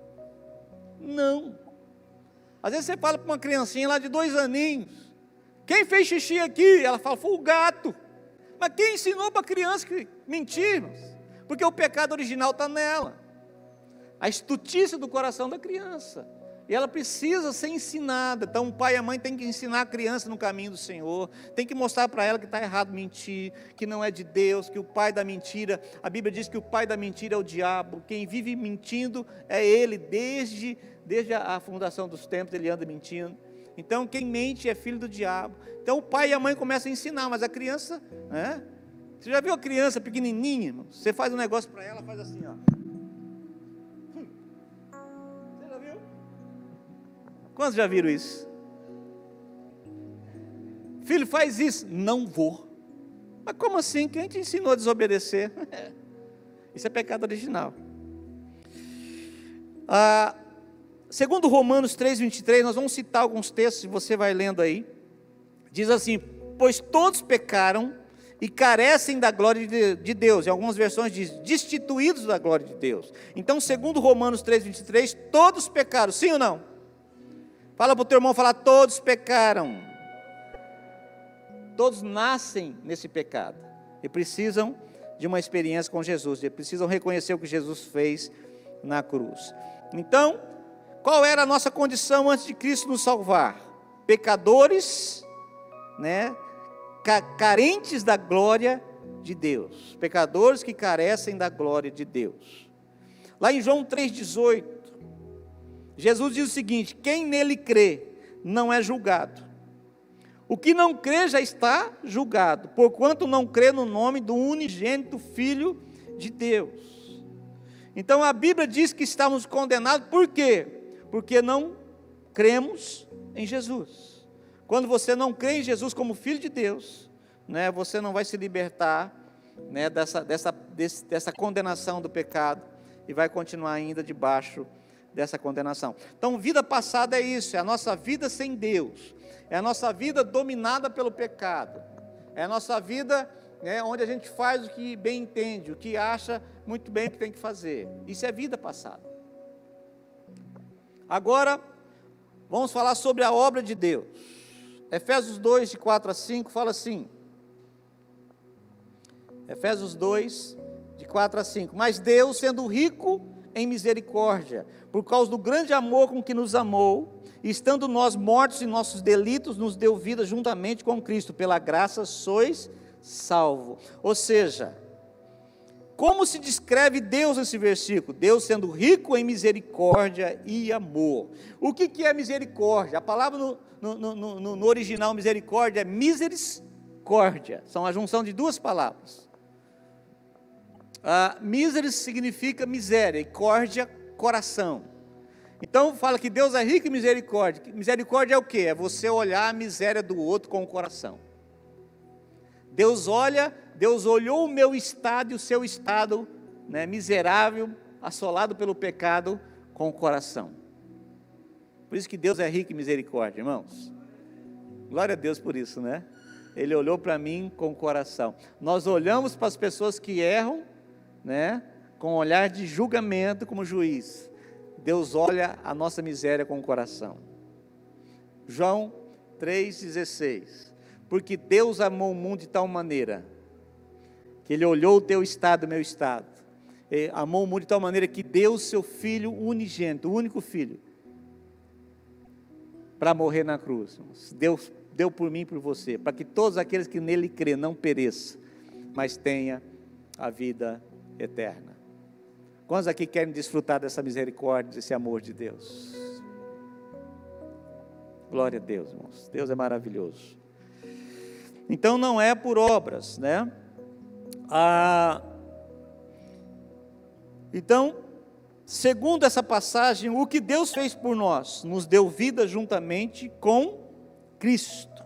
Não. Às vezes você fala para uma criancinha lá de dois aninhos, quem fez xixi aqui? Ela fala, foi o gato. Mas quem ensinou para a criança que mentir? Porque o pecado original está nela. A estutice do coração da criança. E ela precisa ser ensinada. Então o pai e a mãe têm que ensinar a criança no caminho do Senhor. Tem que mostrar para ela que está errado mentir, que não é de Deus, que o pai da mentira, a Bíblia diz que o pai da mentira é o diabo. Quem vive mentindo é ele, desde, desde a fundação dos tempos ele anda mentindo. Então quem mente é filho do diabo. Então o pai e a mãe começam a ensinar, mas a criança, né? Você já viu a criança pequenininha, irmão? Você faz um negócio para ela, faz assim, ó. Você já viu? Quantos já viram isso? Filho, faz isso. Não vou. Mas como assim? Quem te ensinou a desobedecer? Isso é pecado original. Ah, segundo Romanos três, vinte e três, nós vamos citar alguns textos, você vai lendo aí. Diz assim, pois todos pecaram e carecem da glória de, de Deus. Em algumas versões diz, destituídos da glória de Deus. Então, segundo Romanos três, vinte e três, todos pecaram, sim ou não? Fala para o teu irmão, fala, todos pecaram. Todos nascem nesse pecado e precisam de uma experiência com Jesus, e precisam reconhecer o que Jesus fez na cruz. Então, qual era a nossa condição antes de Cristo nos salvar? Pecadores, né, carentes da glória de Deus, pecadores que carecem da glória de Deus. Lá em João três, dezoito, Jesus diz o seguinte, quem nele crê não é julgado, o que não crê já está julgado, porquanto não crê no nome do unigênito Filho de Deus. Então a Bíblia diz que estamos condenados, por quê? Porque não cremos em Jesus. Quando você não crê em Jesus como Filho de Deus, né, você não vai se libertar, né, dessa, dessa, desse, dessa condenação do pecado, e vai continuar ainda debaixo dessa condenação. Então, vida passada é isso, é a nossa vida sem Deus, é a nossa vida dominada pelo pecado, é a nossa vida, né, onde a gente faz o que bem entende, o que acha muito bem que tem que fazer. Isso é vida passada. Agora, vamos falar sobre a obra de Deus. Efésios dois, de quatro a cinco, fala assim, Efésios dois, de quatro a cinco, mas Deus, sendo rico em misericórdia, por causa do grande amor com que nos amou, e estando nós mortos em nossos delitos, nos deu vida juntamente com Cristo, pela graça sois salvo. Ou seja, como se descreve Deus nesse versículo? Deus sendo rico em misericórdia e amor. O que, que é misericórdia? A palavra no, no, no, no, no original misericórdia é misericórdia, são a junção de duas palavras. Uh, miseris significa miséria, e córdia, coração. Então fala que Deus é rico em misericórdia. Misericórdia é o quê? É você olhar a miséria do outro com o coração. Deus olha, Deus olhou o meu estado e o seu estado, né, miserável, assolado pelo pecado, com o coração. Por isso que Deus é rico em misericórdia, irmãos. Glória a Deus por isso, né? Ele olhou para mim com o coração. Nós olhamos para as pessoas que erram, né, com um olhar de julgamento como juiz. Deus olha a nossa miséria com o coração. João três, dezesseis. Porque Deus amou o mundo de tal maneira, que Ele olhou o teu estado, o meu estado. Ele amou o mundo de tal maneira que deu o seu Filho unigênito, o único Filho, para morrer na cruz. Deus deu por mim e por você, para que todos aqueles que nele crê não pereçam, mas tenha a vida eterna. Quantos aqui querem desfrutar dessa misericórdia, desse amor de Deus? Glória a Deus, irmãos. Deus é maravilhoso. Então não é por obras, né? Ah, então, segundo essa passagem, o que Deus fez por nós, nos deu vida juntamente com Cristo.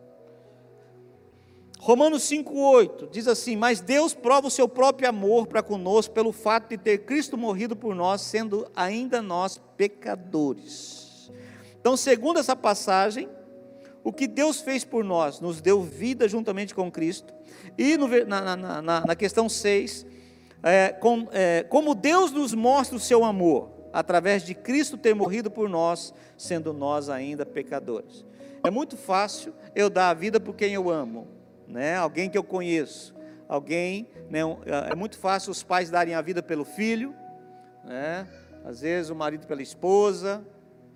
Romanos cinco, oito, diz assim, mas Deus prova o seu próprio amor para conosco, pelo fato de ter Cristo morrido por nós, sendo ainda nós pecadores. Então, segundo essa passagem, o que Deus fez por nós, nos deu vida juntamente com Cristo, e no, na, na, na, na questão seis, é, com, é, como Deus nos mostra o seu amor, através de Cristo ter morrido por nós, sendo nós ainda pecadores. É muito fácil eu dar a vida por quem eu amo, né? Alguém que eu conheço, alguém, né? É muito fácil os pais darem a vida pelo filho, né? Às vezes o marido pela esposa,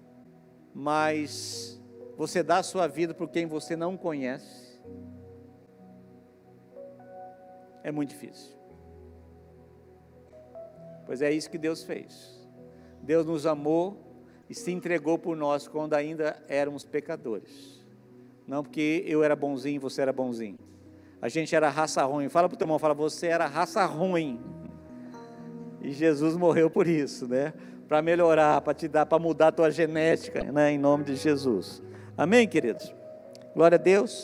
mas você dá a sua vida por quem você não conhece, é muito difícil. Pois é isso que Deus fez. Deus nos amou e se entregou por nós quando ainda éramos pecadores. Não porque eu era bonzinho e você era bonzinho. A gente era raça ruim. Fala para o teu irmão, fala, você era raça ruim. E Jesus morreu por isso, né? Para melhorar, para te dar, para mudar a tua genética, né? Em nome de Jesus. Amém, queridos? Glória a Deus.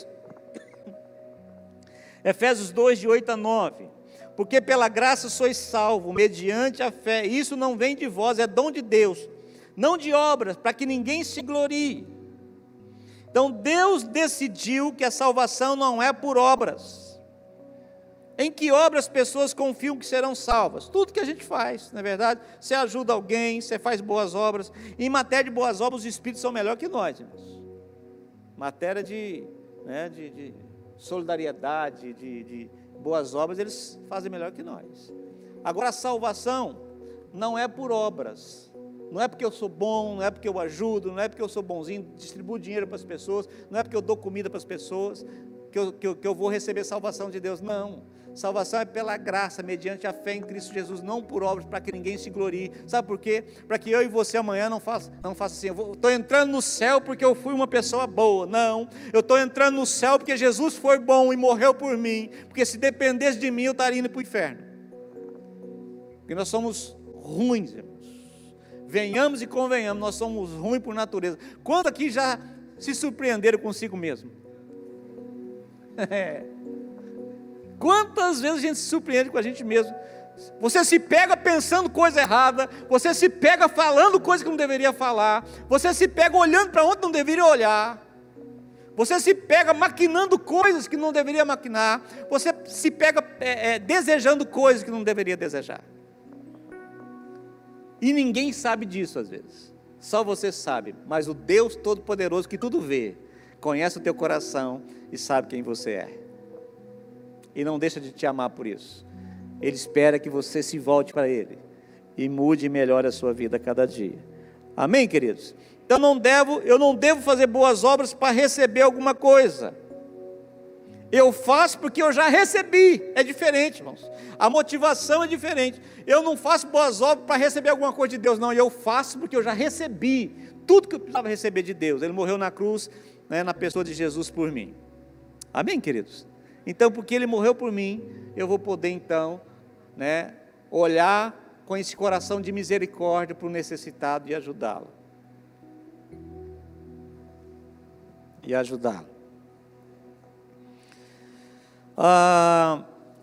Efésios dois, de oito a nove. Porque pela graça sois salvos, mediante a fé. Isso não vem de vós, é dom de Deus. Não de obras, para que ninguém se glorie. Então Deus decidiu que a salvação não é por obras. Em que obras as pessoas confiam que serão salvas? Tudo que a gente faz, não é verdade? Você ajuda alguém, você faz boas obras. Em matéria de boas obras, os espíritos são melhor que nós, irmãos. Matéria de, né, de, de solidariedade, de, de boas obras, eles fazem melhor que nós. Agora a salvação não é por obras. Não é porque eu sou bom, não é porque eu ajudo, não é porque eu sou bonzinho, distribuo dinheiro para as pessoas, não é porque eu dou comida para as pessoas, que eu, que eu, que eu vou receber salvação de Deus. Não, salvação é pela graça, mediante a fé em Cristo Jesus, não por obras, para que ninguém se glorie. Sabe por quê? Para que eu e você amanhã não faça, não faça assim, eu estou entrando no céu porque eu fui uma pessoa boa. Não, eu estou entrando no céu porque Jesus foi bom e morreu por mim, porque se dependesse de mim eu estaria indo para o inferno, porque nós somos ruins, irmãos. Venhamos e convenhamos, nós somos ruins por natureza. Quantos aqui já se surpreenderam consigo mesmo? É. Quantas vezes a gente se surpreende com a gente mesmo? Você se pega pensando coisa errada, você se pega falando coisa que não deveria falar, você se pega olhando para onde não deveria olhar, você se pega maquinando coisas que não deveria maquinar, você se pega é, é, desejando coisas que não deveria desejar. E ninguém sabe disso às vezes, só você sabe, mas o Deus Todo-Poderoso que tudo vê, conhece o teu coração e sabe quem você é. E não deixa de te amar por isso. Ele espera que você se volte para Ele e mude e melhore a sua vida a cada dia. Amém, queridos? Então não devo, eu não devo fazer boas obras para receber alguma coisa. Eu faço porque eu já recebi. É diferente, irmãos. A motivação é diferente. Eu não faço boas obras para receber alguma coisa de Deus, não. Eu faço porque eu já recebi tudo que eu precisava receber de Deus. Ele morreu na cruz, né, na pessoa de Jesus por mim. Amém, queridos? Então, porque Ele morreu por mim, eu vou poder então, né, olhar com esse coração de misericórdia para o necessitado e ajudá-lo. E ajudá-lo. Ah,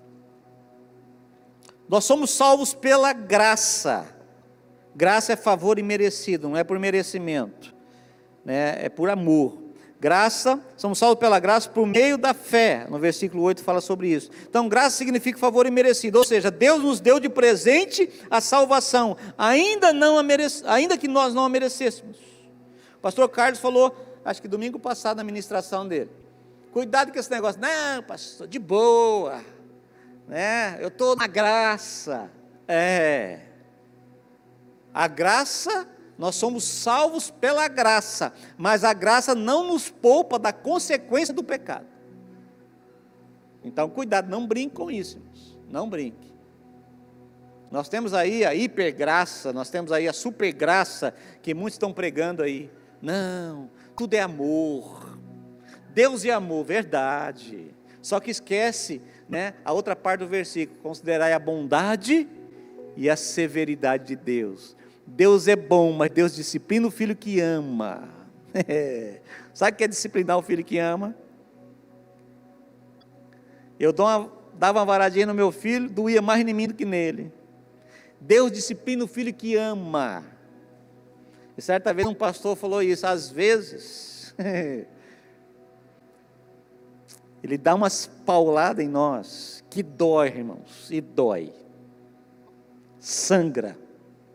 nós somos salvos pela graça. Graça é favor imerecido, não é por merecimento, né, é por amor. Graça, somos salvos pela graça por meio da fé, no versículo oito fala sobre isso. Então graça significa favor imerecido, ou seja, Deus nos deu de presente a salvação, ainda, não a merece, ainda que nós não a merecêssemos. O pastor Carlos falou, acho que domingo passado na ministração dele, cuidado com esse negócio, não pastor, de boa, né? Eu estou na graça, é, a graça, nós somos salvos pela graça, mas a graça não nos poupa da consequência do pecado. Então cuidado, não brinque com isso, irmãos. Não brinque. Nós temos aí a hipergraça, nós temos aí a supergraça, que muitos estão pregando aí. Não, tudo é amor, Deus é amor, verdade, só que esquece, né, a outra parte do versículo, considerai a bondade e a severidade de Deus. Deus é bom, mas Deus disciplina o filho que ama. Sabe o que é disciplinar o filho que ama? Eu uma, dava uma varadinha no meu filho, doía mais em mim do que nele. Deus disciplina o filho que ama. E certa vez um pastor falou isso, às vezes, ele dá umas pauladas em nós, que dói, irmãos, e dói. Sangra.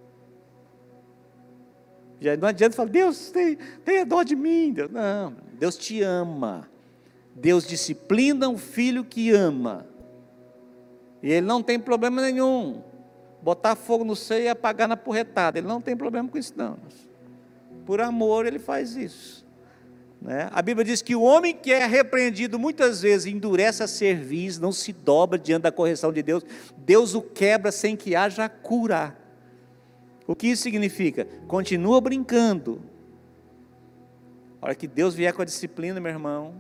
Já não adianta falar, Deus, tenha dó de mim. Deus, não, Deus te ama. Deus disciplina o filho que ama. E Ele não tem problema nenhum. Botar fogo no seio e apagar na porretada. Ele não tem problema com isso, não. Por amor, Ele faz isso. Né? A Bíblia diz que o homem que é repreendido muitas vezes endurece a cerviz, não se dobra diante da correção de Deus. Deus o quebra sem que haja cura. O que isso significa? Continua brincando. A hora que Deus vier com a disciplina, meu irmão,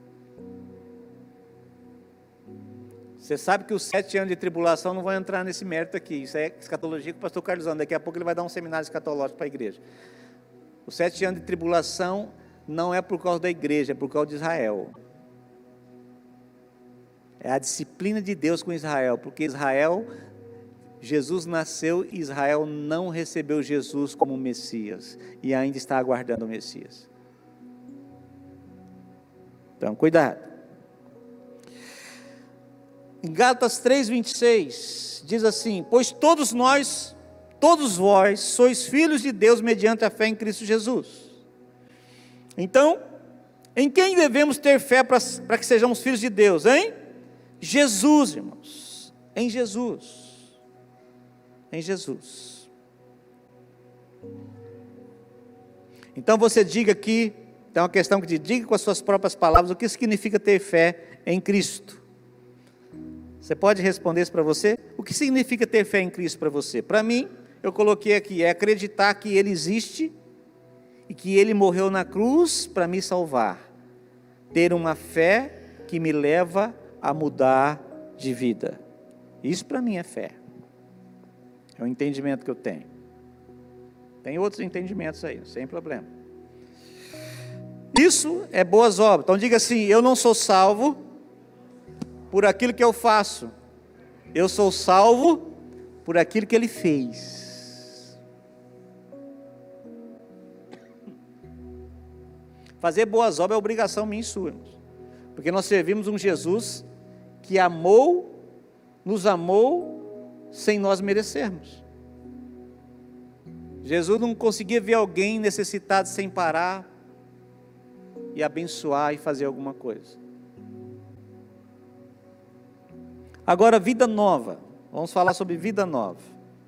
você sabe que os sete anos de tribulação não vão entrar nesse mérito aqui. Isso é escatologia com o pastor Carlos André. Daqui a pouco ele vai dar um seminário escatológico para a igreja. Os sete anos de tribulação não é por causa da igreja, é por causa de Israel. É a disciplina de Deus com Israel, porque Israel... Jesus nasceu e Israel não recebeu Jesus como Messias e ainda está aguardando o Messias. Então, cuidado. Em Gálatas três, vinte e seis, diz assim, pois todos nós, todos vós, sois filhos de Deus mediante a fé em Cristo Jesus. Então, em quem devemos ter fé para que sejamos filhos de Deus, hein? Jesus, irmãos, em Jesus. Em Jesus. Então você diga aqui, tem uma questão que te diga com as suas próprias palavras, o que significa ter fé em Cristo? Você pode responder isso para você? O que significa ter fé em Cristo para você? Para mim, eu coloquei aqui, é acreditar que Ele existe e que Ele morreu na cruz para me salvar. Ter uma fé que me leva a mudar de vida. Isso para mim é fé. É o entendimento que eu tenho. Tem outros entendimentos aí, sem problema. Isso é boas obras. Então diga assim, eu não sou salvo por aquilo que eu faço. Eu sou salvo por aquilo que Ele fez. Fazer boas obras é obrigação minha e sua, irmãos. Porque nós servimos um Jesus que amou, nos amou, sem nós merecermos. Jesus não conseguia ver alguém necessitado sem parar e abençoar e fazer alguma coisa. Agora, vida nova. Vamos falar sobre vida nova.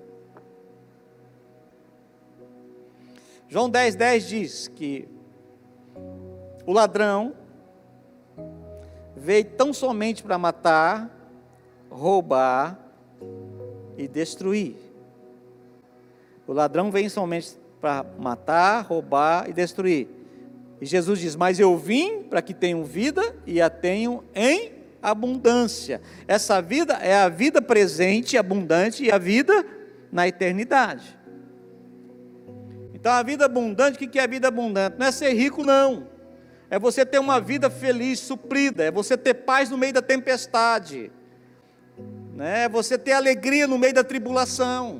João dez, dez diz que o ladrão veio tão somente para matar, roubar e destruir. O ladrão vem somente para matar, roubar e destruir. E Jesus diz, mas eu vim para que tenham vida e a tenham em abundância. Essa vida é a vida presente, abundante, e a vida na eternidade. Então a vida abundante, o que é a vida abundante? Não é ser rico não, é você ter uma vida feliz, suprida, é você ter paz no meio da tempestade, né? É você ter alegria no meio da tribulação,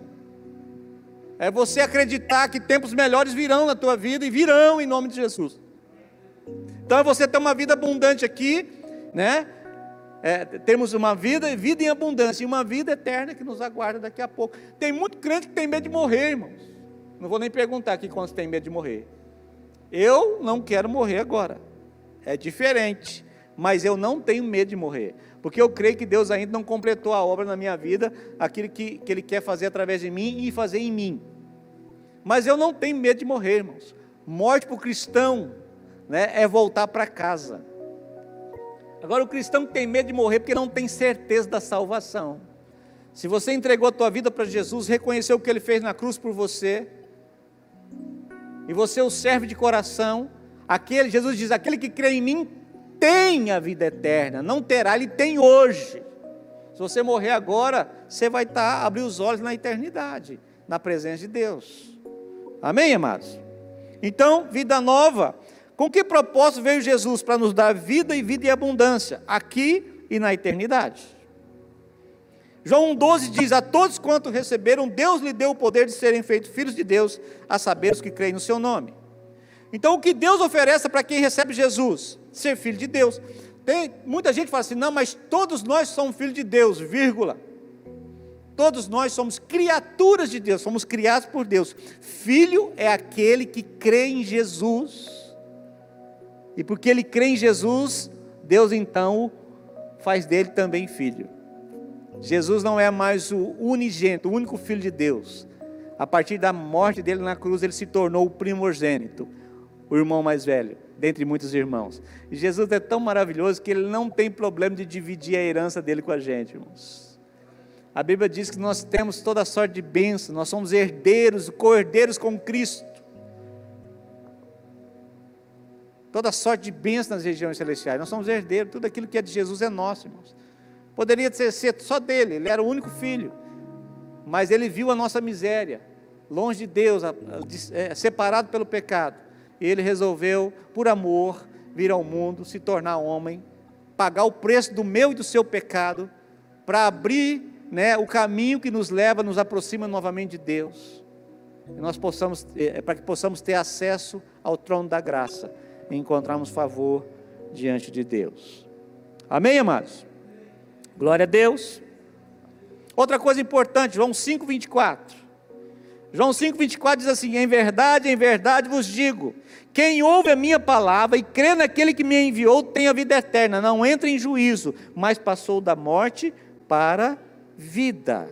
é você acreditar que tempos melhores virão na tua vida, e virão em nome de Jesus. Então é você ter uma vida abundante aqui, né? É, temos uma vida, vida em abundância, e uma vida eterna que nos aguarda daqui a pouco. Tem muito crente que tem medo de morrer, irmãos. Não vou nem perguntar aqui quantos tem medo de morrer. Eu não quero morrer agora, é diferente, mas eu não tenho medo de morrer, porque eu creio que Deus ainda não completou a obra na minha vida, aquilo que, que Ele quer fazer através de mim e fazer em mim. Mas eu não tenho medo de morrer, irmãos. Morte para o cristão, né, é voltar para casa. Agora o cristão que tem medo de morrer porque não tem certeza da salvação. Se você entregou a tua vida para Jesus, reconheceu o que Ele fez na cruz por você, e você o serve de coração, aquele, Jesus diz, aquele que crê em mim tem a vida eterna, não terá, ele tem hoje. Se você morrer agora, você vai estar, abrir os olhos na eternidade, na presença de Deus. Amém, amados? Então, vida nova. Com que propósito veio Jesus? Para nos dar vida e vida em abundância, aqui e na eternidade. João um, doze diz, a todos quanto receberam, Deus lhe deu o poder de serem feitos filhos de Deus, a saber os que creem no seu nome. Então o que Deus oferece para quem recebe Jesus? Ser filho de Deus. Tem, muita gente fala assim, não, mas todos nós somos filhos de Deus, vírgula. Todos nós somos criaturas de Deus, somos criados por Deus. Filho é aquele que crê em Jesus. E porque ele crê em Jesus, Deus então faz dele também filho. Jesus não é mais o unigênito, o único filho de Deus. A partir da morte dele na cruz, ele se tornou o primogênito, o irmão mais velho, dentre muitos irmãos. E Jesus é tão maravilhoso que ele não tem problema de dividir a herança dele com a gente, irmãos. A Bíblia diz que nós temos toda sorte de bênçãos, nós somos herdeiros, co-herdeiros com Cristo. Toda sorte de bênçãos nas regiões celestiais, nós somos herdeiros, tudo aquilo que é de Jesus é nosso, irmãos. Poderia ser, ser só dele, ele era o único filho, mas ele viu a nossa miséria, longe de Deus, a, a, é, separado pelo pecado, e ele resolveu, por amor, vir ao mundo, se tornar homem, pagar o preço do meu e do seu pecado, para abrir, né, o caminho que nos leva, nos aproxima novamente de Deus, e nós possamos, é, para que possamos ter acesso ao trono da graça, e encontrarmos favor diante de Deus. Amém, amados? Glória a Deus. Outra coisa importante, João cinco, vinte e quatro. João cinco, vinte e quatro diz assim, em verdade, em verdade vos digo, quem ouve a minha palavra e crê naquele que me enviou, tem a vida eterna, não entra em juízo, mas passou da morte para a vida.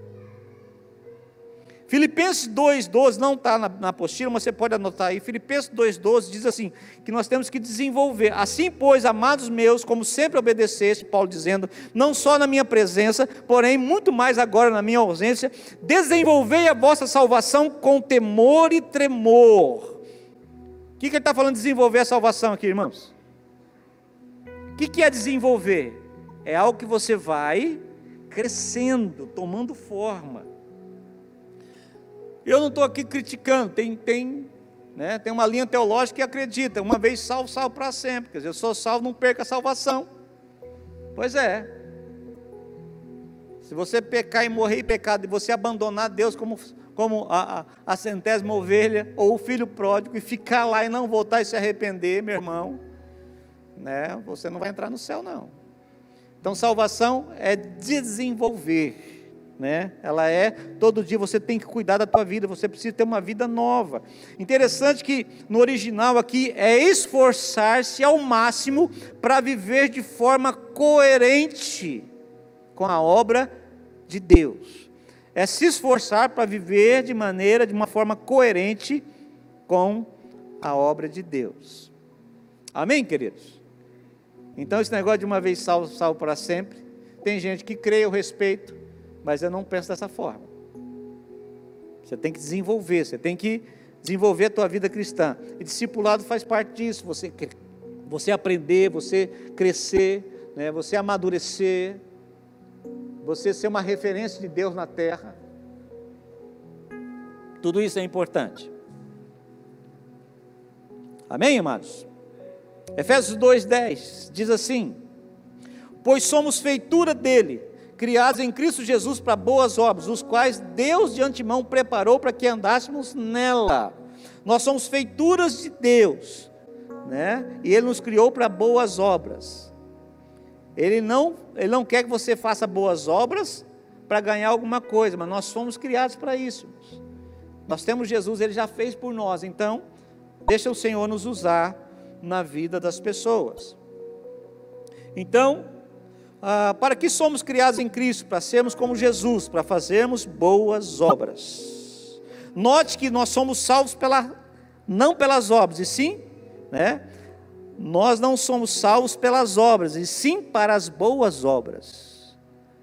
Filipenses dois, doze, não está na, na apostila, mas você pode anotar aí. Filipenses dois, doze diz assim, que nós temos que desenvolver. Assim, pois, amados meus, como sempre obedeceste, Paulo dizendo, não só na minha presença, porém, muito mais agora na minha ausência, desenvolvei a vossa salvação com temor e tremor. O que, que ele está falando de desenvolver a salvação aqui, irmãos? O que, que é desenvolver? É algo que você vai crescendo, tomando forma. Eu não estou aqui criticando, tem, tem, né, tem uma linha teológica que acredita, uma vez salvo, salvo para sempre, quer dizer, eu sou salvo, não perco a salvação. Pois é, Se você pecar e morrer em pecado, e você abandonar Deus como, como a, a, a centésima ovelha, ou o filho pródigo, e ficar lá e não voltar e se arrepender, meu irmão, né, você não vai entrar no céu, não. Então, salvação é desenvolver, né? Ela é, todo dia você tem que cuidar da tua vida, você precisa ter uma vida nova. Interessante que no original aqui é esforçar-se ao máximo para viver de forma coerente com a obra de Deus. É se esforçar para viver de maneira, de uma forma coerente com a obra de Deus. Amém, queridos? Então esse negócio de uma vez salvo, salvo para sempre, tem gente que crê, eu respeito, mas eu não penso dessa forma. Você tem que desenvolver, você tem que desenvolver a tua vida cristã, e discipulado faz parte disso, você, você aprender, você crescer, né, você amadurecer, você ser uma referência de Deus na terra, tudo isso é importante. Amém, amados? Efésios dois, dez, diz assim: pois somos feitura dele, criados em Cristo Jesus para boas obras, os quais Deus de antemão preparou para que andássemos nela. Nós somos feituras de Deus, né? E Ele nos criou para boas obras. Ele não, Ele não quer que você faça boas obras para ganhar alguma coisa, mas nós fomos criados para isso. Nós temos Jesus, Ele já fez por nós, então deixa o Senhor nos usar na vida das pessoas. Então, ah, para que somos criados em Cristo? Para sermos como Jesus, para fazermos boas obras. Note que nós somos salvos pela, não pelas obras, e sim, né? Nós não somos salvos pelas obras, e sim para as boas obras.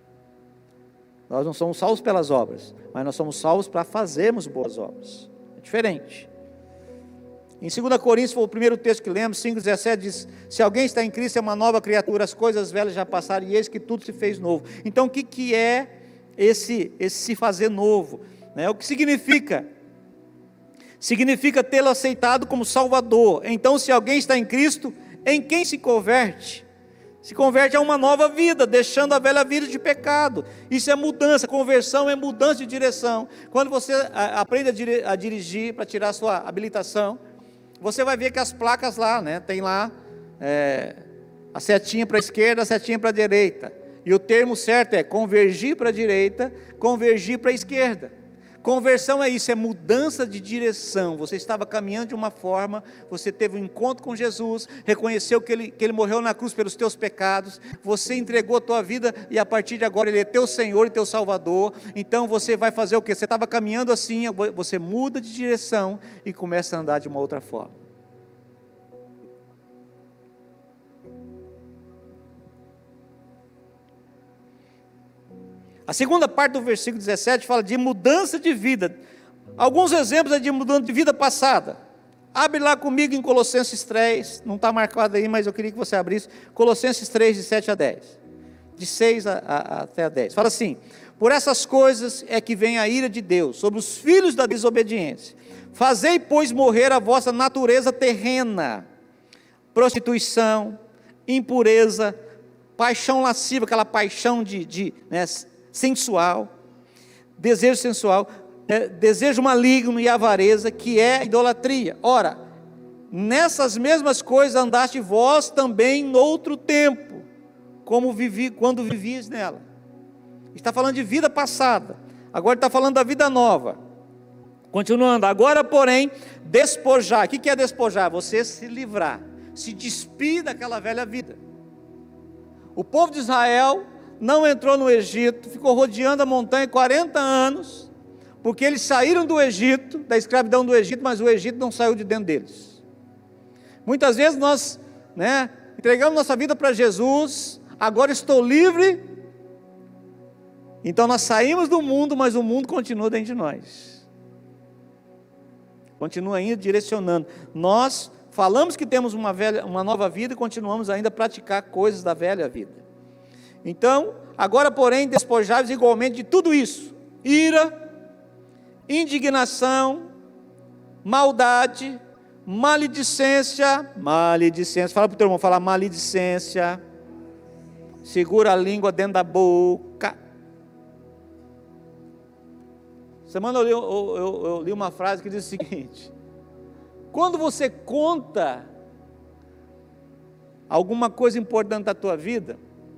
Nós não somos salvos pelas obras, mas nós somos salvos para fazermos boas obras. É diferente. Em dois Coríntios, foi o primeiro texto que lemos, cinco, dezessete, diz: se alguém está em Cristo, é uma nova criatura, as coisas velhas já passaram, e eis que tudo se fez novo. Então, o que, que é esse, esse se fazer novo? Né? O que significa? Significa tê-lo aceitado como Salvador. Então, se alguém está em Cristo, em quem se converte? Se converte a uma nova vida, deixando a velha vida de pecado. Isso é mudança, conversão é mudança de direção. Quando você aprende a dirigir, para tirar a sua habilitação, você vai ver que as placas lá, né, tem lá é, a setinha para a esquerda, a setinha para a direita. E o termo certo é convergir para a direita, convergir para a esquerda. Conversão é isso, é mudança de direção. Você estava caminhando de uma forma, você teve um encontro com Jesus, reconheceu que ele, que ele morreu na cruz pelos teus pecados, você entregou a tua vida e a partir de agora Ele é teu Senhor e teu Salvador. Então você vai fazer o quê? Você estava caminhando assim, você muda de direção e começa a andar de uma outra forma. A segunda parte do versículo dezessete fala de mudança de vida. Alguns exemplos é de mudança de vida passada. Abre lá comigo em Colossenses três, não está marcado aí, mas eu queria que você abrisse. Colossenses três, de sete a dez. De seis a, a, até a dez. Fala assim: por essas coisas é que vem a ira de Deus sobre os filhos da desobediência. Fazei, pois, morrer a vossa natureza terrena, prostituição, impureza, paixão lasciva, aquela paixão de... de né, sensual, desejo sensual, é, desejo maligno e avareza, que é idolatria. Ora, nessas mesmas coisas andaste vós também noutro tempo, como vivi, quando vivias nela. Está falando de vida passada, agora está falando da vida nova. Continuando, agora porém, despojar. O que é despojar? Você se livrar, se despir daquela velha vida. O povo de Israel não entrou no Egito, ficou rodeando a montanha quarenta anos, porque eles saíram do Egito, da escravidão do Egito, mas o Egito não saiu de dentro deles. Muitas vezes nós, né, entregamos nossa vida para Jesus, agora estou livre, então nós saímos do mundo, mas o mundo continua dentro de nós, continua ainda direcionando. Nós falamos que temos uma, velha, uma nova vida e continuamos ainda a praticar coisas da velha vida. Então, agora porém, despojai-vos igualmente de tudo isso: ira, indignação, maldade, maledicência, maledicência, fala para o teu irmão, fala maledicência, segura a língua dentro da boca, Semana eu li, eu, eu, eu li uma frase que diz o seguinte: quando você conta alguma coisa importante da tua vida,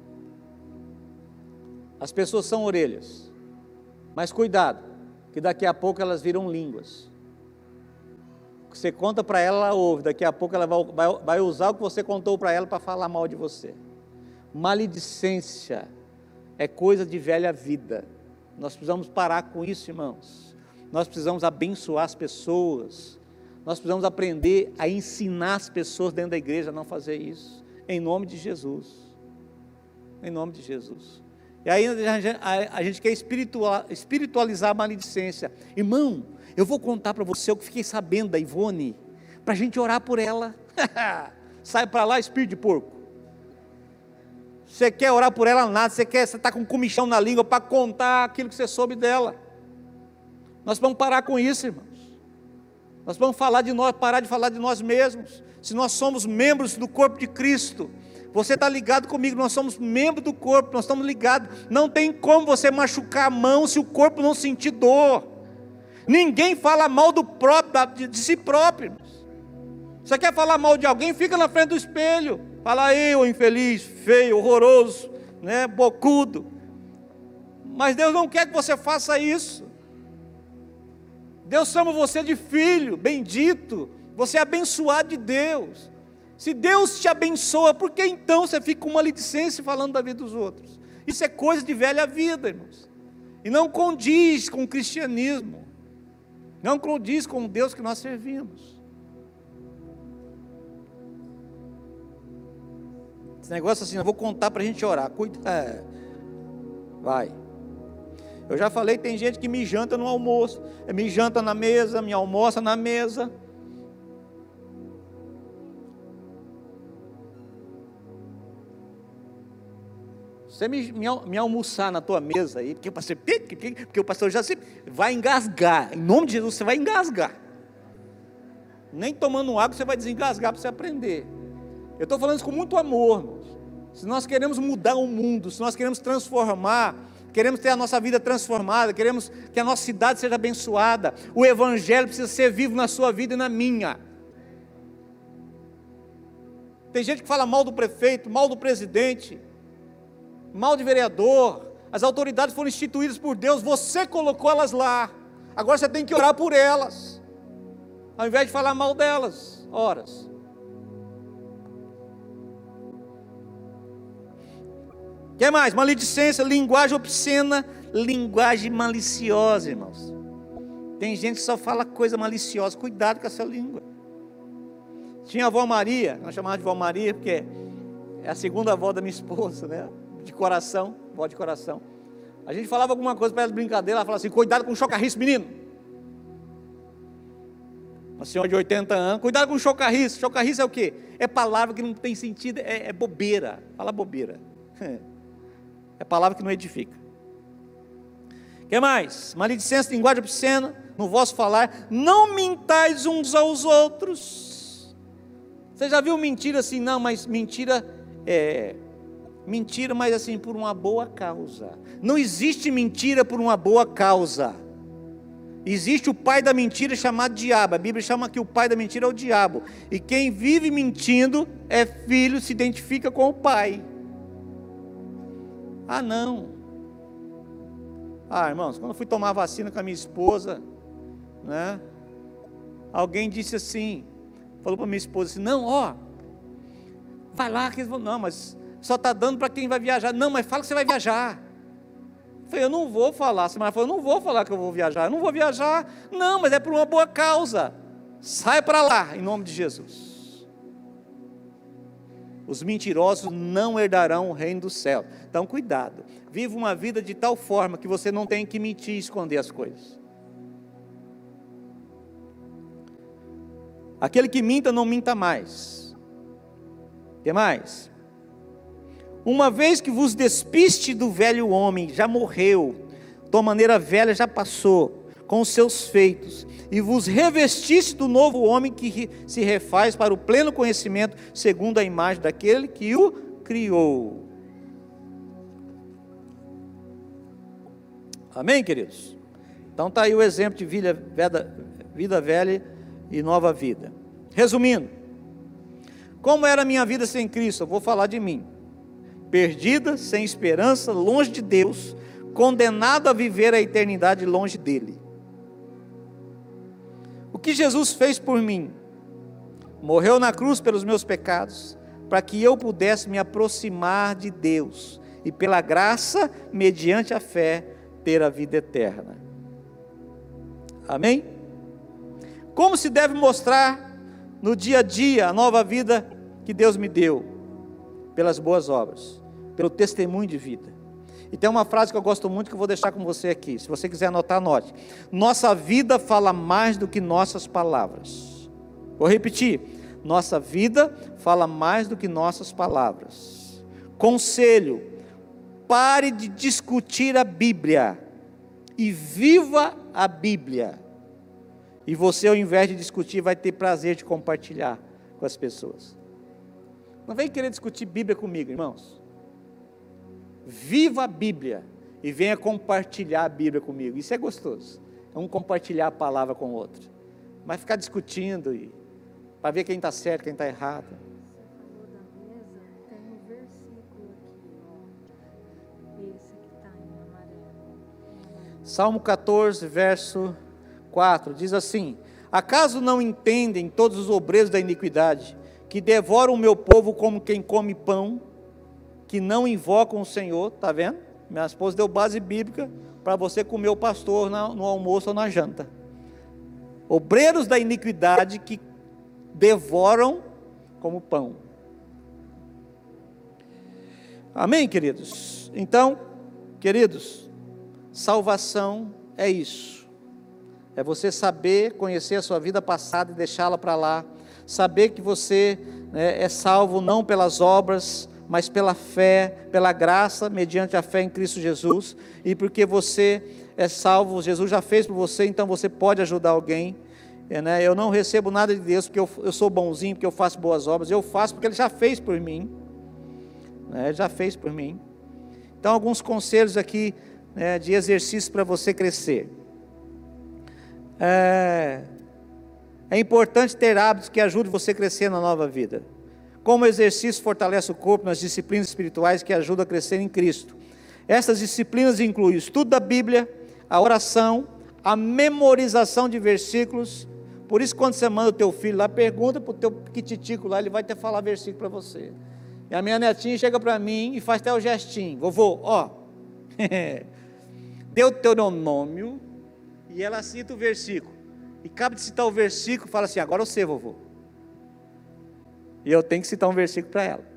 as pessoas são orelhas, mas cuidado, que daqui a pouco elas viram línguas. Você conta para ela, ela ouve, daqui a pouco ela vai, vai, vai usar o que você contou para ela para falar mal de você. Maledicência é coisa de velha vida. Nós precisamos parar com isso, irmãos. Nós precisamos abençoar as pessoas. Nós precisamos aprender a ensinar as pessoas dentro da igreja a não fazer isso. Em nome de Jesus. Em nome de Jesus. E aí a gente, a, a gente quer espiritual, espiritualizar a maledicência. Irmão, eu vou contar para você o que fiquei sabendo da Ivone, para a gente orar por ela. Sai para lá, espírito de porco. Você quer orar por ela nada, você quer, você está com um comichão na língua para contar aquilo que você soube dela. Nós vamos parar com isso, irmãos. Nós vamos falar de nós, parar de falar de nós mesmos. Se nós somos membros do corpo de Cristo, você está ligado comigo, nós somos membros do corpo, nós estamos ligados. Não tem como você machucar a mão se o corpo não sentir dor. Ninguém fala mal do próprio, de, de si próprio, irmãos. Você quer falar mal de alguém, fica na frente do espelho. Fala aí, ô infeliz, feio, horroroso, né, bocudo. Mas Deus não quer que você faça isso. Deus chama você de filho, bendito. Você é abençoado de Deus. Se Deus te abençoa, por que então você fica com maledicência falando da vida dos outros? Isso é coisa de velha vida, irmãos. E não condiz com o cristianismo. Não condiz com o Deus que nós servimos. Esse negócio assim, eu vou contar para a gente orar. Cuida. É. Vai. Eu já falei, tem gente que me janta no almoço. Me janta na mesa, me almoça na mesa. Você me, me, me almoçar na tua mesa aí, porque o pastor, porque o pastor já se vai engasgar. Em nome de Jesus, você vai engasgar. Nem tomando água você vai desengasgar para você aprender. Eu estou falando isso com muito amor, irmãos. Se nós queremos mudar o mundo, se nós queremos transformar, queremos ter a nossa vida transformada, queremos que a nossa cidade seja abençoada, o evangelho precisa ser vivo na sua vida e na minha. Tem gente que fala mal do prefeito, mal do presidente, mal de vereador. As autoridades foram instituídas por Deus, você colocou elas lá, agora você tem que orar por elas, ao invés de falar mal delas, horas. O que mais? Maledicência, linguagem obscena, linguagem maliciosa, irmãos. Tem gente que só fala coisa maliciosa, cuidado com essa língua. Tinha a avó Maria, nós chamávamos de avó Maria, porque é a segunda avó da minha esposa, né? De coração, vó de coração. A gente falava alguma coisa para ela de brincadeira, ela falava assim: cuidado com o chocarriço, menino. Uma senhora de oitenta anos, cuidado com o chocarriço. Chocarriço é o quê? É palavra que não tem sentido, é, é bobeira. Fala bobeira. É palavra que não edifica. O que mais? Maledicência, linguagem obscena, no vosso falar, não mintais uns aos outros. Você já viu mentira assim? Não, mas mentira é... mentira, mas assim, por uma boa causa. Não existe mentira por uma boa causa. Existe o pai da mentira chamado diabo. A Bíblia chama que o pai da mentira é o diabo. E quem vive mentindo é filho, se identifica com o pai. Ah, não. Ah, irmãos, quando eu fui tomar vacina com a minha esposa, né? Alguém disse assim, falou para minha esposa assim: não, ó, vai lá que eles vão. Não, mas só está dando para quem vai viajar. Não, mas fala que você vai viajar. Eu falei: eu não vou falar. A semana falou: eu não vou falar que eu vou viajar. Eu não vou viajar. Não, mas é por uma boa causa. Sai para lá, em nome de Jesus. Os mentirosos não herdarão o reino do céu. Então cuidado. Viva uma vida de tal forma que você não tem que mentir e esconder as coisas. Aquele que minta, não minta mais. O que mais? Uma vez que vos despiste do velho homem, já morreu, tua maneira velha já passou, com os seus feitos, e vos revestiste do novo homem que se refaz para o pleno conhecimento, segundo a imagem daquele que o criou. Amém, queridos? Então está aí o exemplo de vida, vida, vida velha e nova vida. Resumindo, como era a minha vida sem Cristo? Eu vou falar de mim. Perdida, sem esperança, longe de Deus, condenado a viver a eternidade longe dele. O que Jesus fez por mim? Morreu na cruz pelos meus pecados, para que eu pudesse me aproximar de Deus, e pela graça, mediante a fé, ter a vida eterna. Amém? Como se deve mostrar no dia a dia a nova vida que Deus me deu? Pelas boas obras, pelo testemunho de vida. E tem uma frase que eu gosto muito que eu vou deixar com você aqui. Se você quiser anotar, anote. Nossa vida fala mais do que nossas palavras. Vou repetir. Nossa vida fala mais do que nossas palavras. Conselho: pare de discutir a Bíblia e viva a Bíblia. E você, ao invés de discutir, vai ter prazer de compartilhar com as pessoas. Não vem querer discutir Bíblia comigo, irmãos. Viva a Bíblia e venha compartilhar a Bíblia comigo. Isso é gostoso. É um compartilhar a palavra com o outro. Mas ficar discutindo e para ver quem está certo, quem está errado. Você falou da mesa, tem um versículo aqui, ó. Esse que está em amarelo. Salmo catorze, verso quatro, diz assim: acaso não entendem todos os obreiros da iniquidade, que devoram o meu povo como quem come pão, que não invocam o Senhor? Está vendo? Minha esposa deu base bíblica para você comer o pastor no almoço ou na janta. Obreiros da iniquidade que devoram como pão. Amém, queridos? Então, queridos, salvação é isso. É você saber conhecer a sua vida passada e deixá-la para lá. Saber que você, né, é salvo não pelas obras, mas pela fé, pela graça, mediante a fé em Cristo Jesus. E porque você é salvo, Jesus já fez por você, então você pode ajudar alguém. É, né? Eu não recebo nada de Deus porque eu, eu sou bonzinho, porque eu faço boas obras. Eu faço porque Ele já fez por mim. Né? Ele já fez por mim. Então, alguns conselhos aqui, né, de exercício para você crescer. É, é importante ter hábitos que ajudem você a crescer na nova vida. Como exercício fortalece o corpo nas disciplinas espirituais que ajudam a crescer em Cristo. Essas disciplinas incluem o estudo da Bíblia, a oração, a memorização de versículos. Por isso, quando você manda o teu filho lá, pergunta para o teu piquititico lá, ele vai te falar versículo para você. E a minha netinha chega para mim e faz até o gestinho: vovô, ó, Deuteronômio, e ela cita o versículo. E cabe de citar o versículo, fala assim: agora eu sei, vovô. E eu tenho que citar um versículo para ela.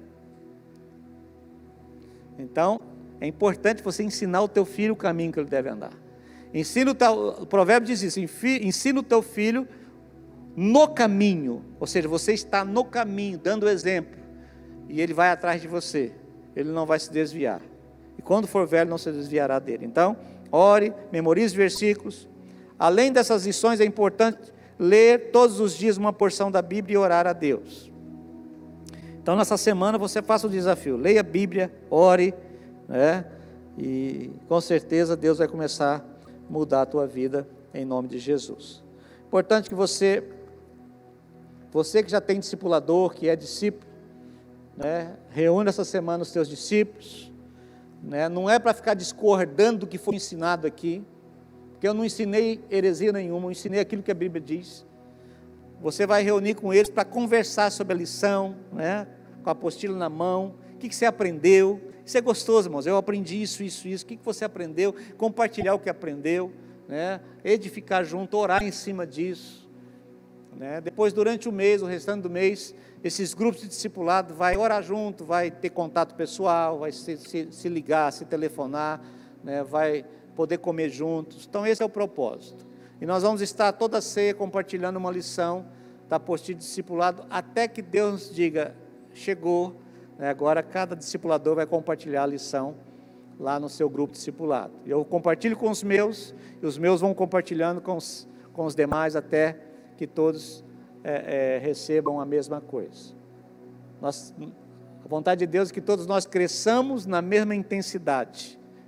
Então, é importante você ensinar o teu filho o caminho que ele deve andar. Ensina o, teu, o provérbio diz isso: ensina o teu filho no caminho. Ou seja, você está no caminho, dando o exemplo. E ele vai atrás de você. Ele não vai se desviar. E quando for velho, não se desviará dele. Então, ore, memorize versículos. Além dessas lições, é importante ler todos os dias uma porção da Bíblia e orar a Deus. Então, nessa semana, você faça o desafio: leia a Bíblia, ore, né? E com certeza Deus vai começar a mudar a tua vida, em nome de Jesus. Importante que você, você que já tem discipulador, que é discípulo, né? Reúne essa semana os teus discípulos, né? Não é para ficar discordando do que foi ensinado aqui, porque eu não ensinei heresia nenhuma, eu ensinei aquilo que a Bíblia diz. Você vai reunir com eles para conversar sobre a lição, né? Com a apostila na mão. O que, que você aprendeu? Isso é gostoso, irmãos. Eu aprendi isso, isso, isso. O que, que você aprendeu? Compartilhar o que aprendeu, né? Edificar junto, orar em cima disso, né? Depois, durante o mês, o restante do mês, esses grupos de discipulado vai orar junto, vai ter contato pessoal, vai se, se, se ligar, se telefonar, né? Vai poder comer juntos. Então, esse é o propósito. E nós vamos estar toda ceia compartilhando uma lição da apostila de discipulado, até que Deus diga: chegou, né? Agora cada discipulador vai compartilhar a lição lá no seu grupo discipulado. Eu compartilho com os meus, e os meus vão compartilhando com os, com os demais, até que todos é, é, recebam a mesma coisa. Nós, a vontade de Deus é que todos nós cresçamos na mesma intensidade,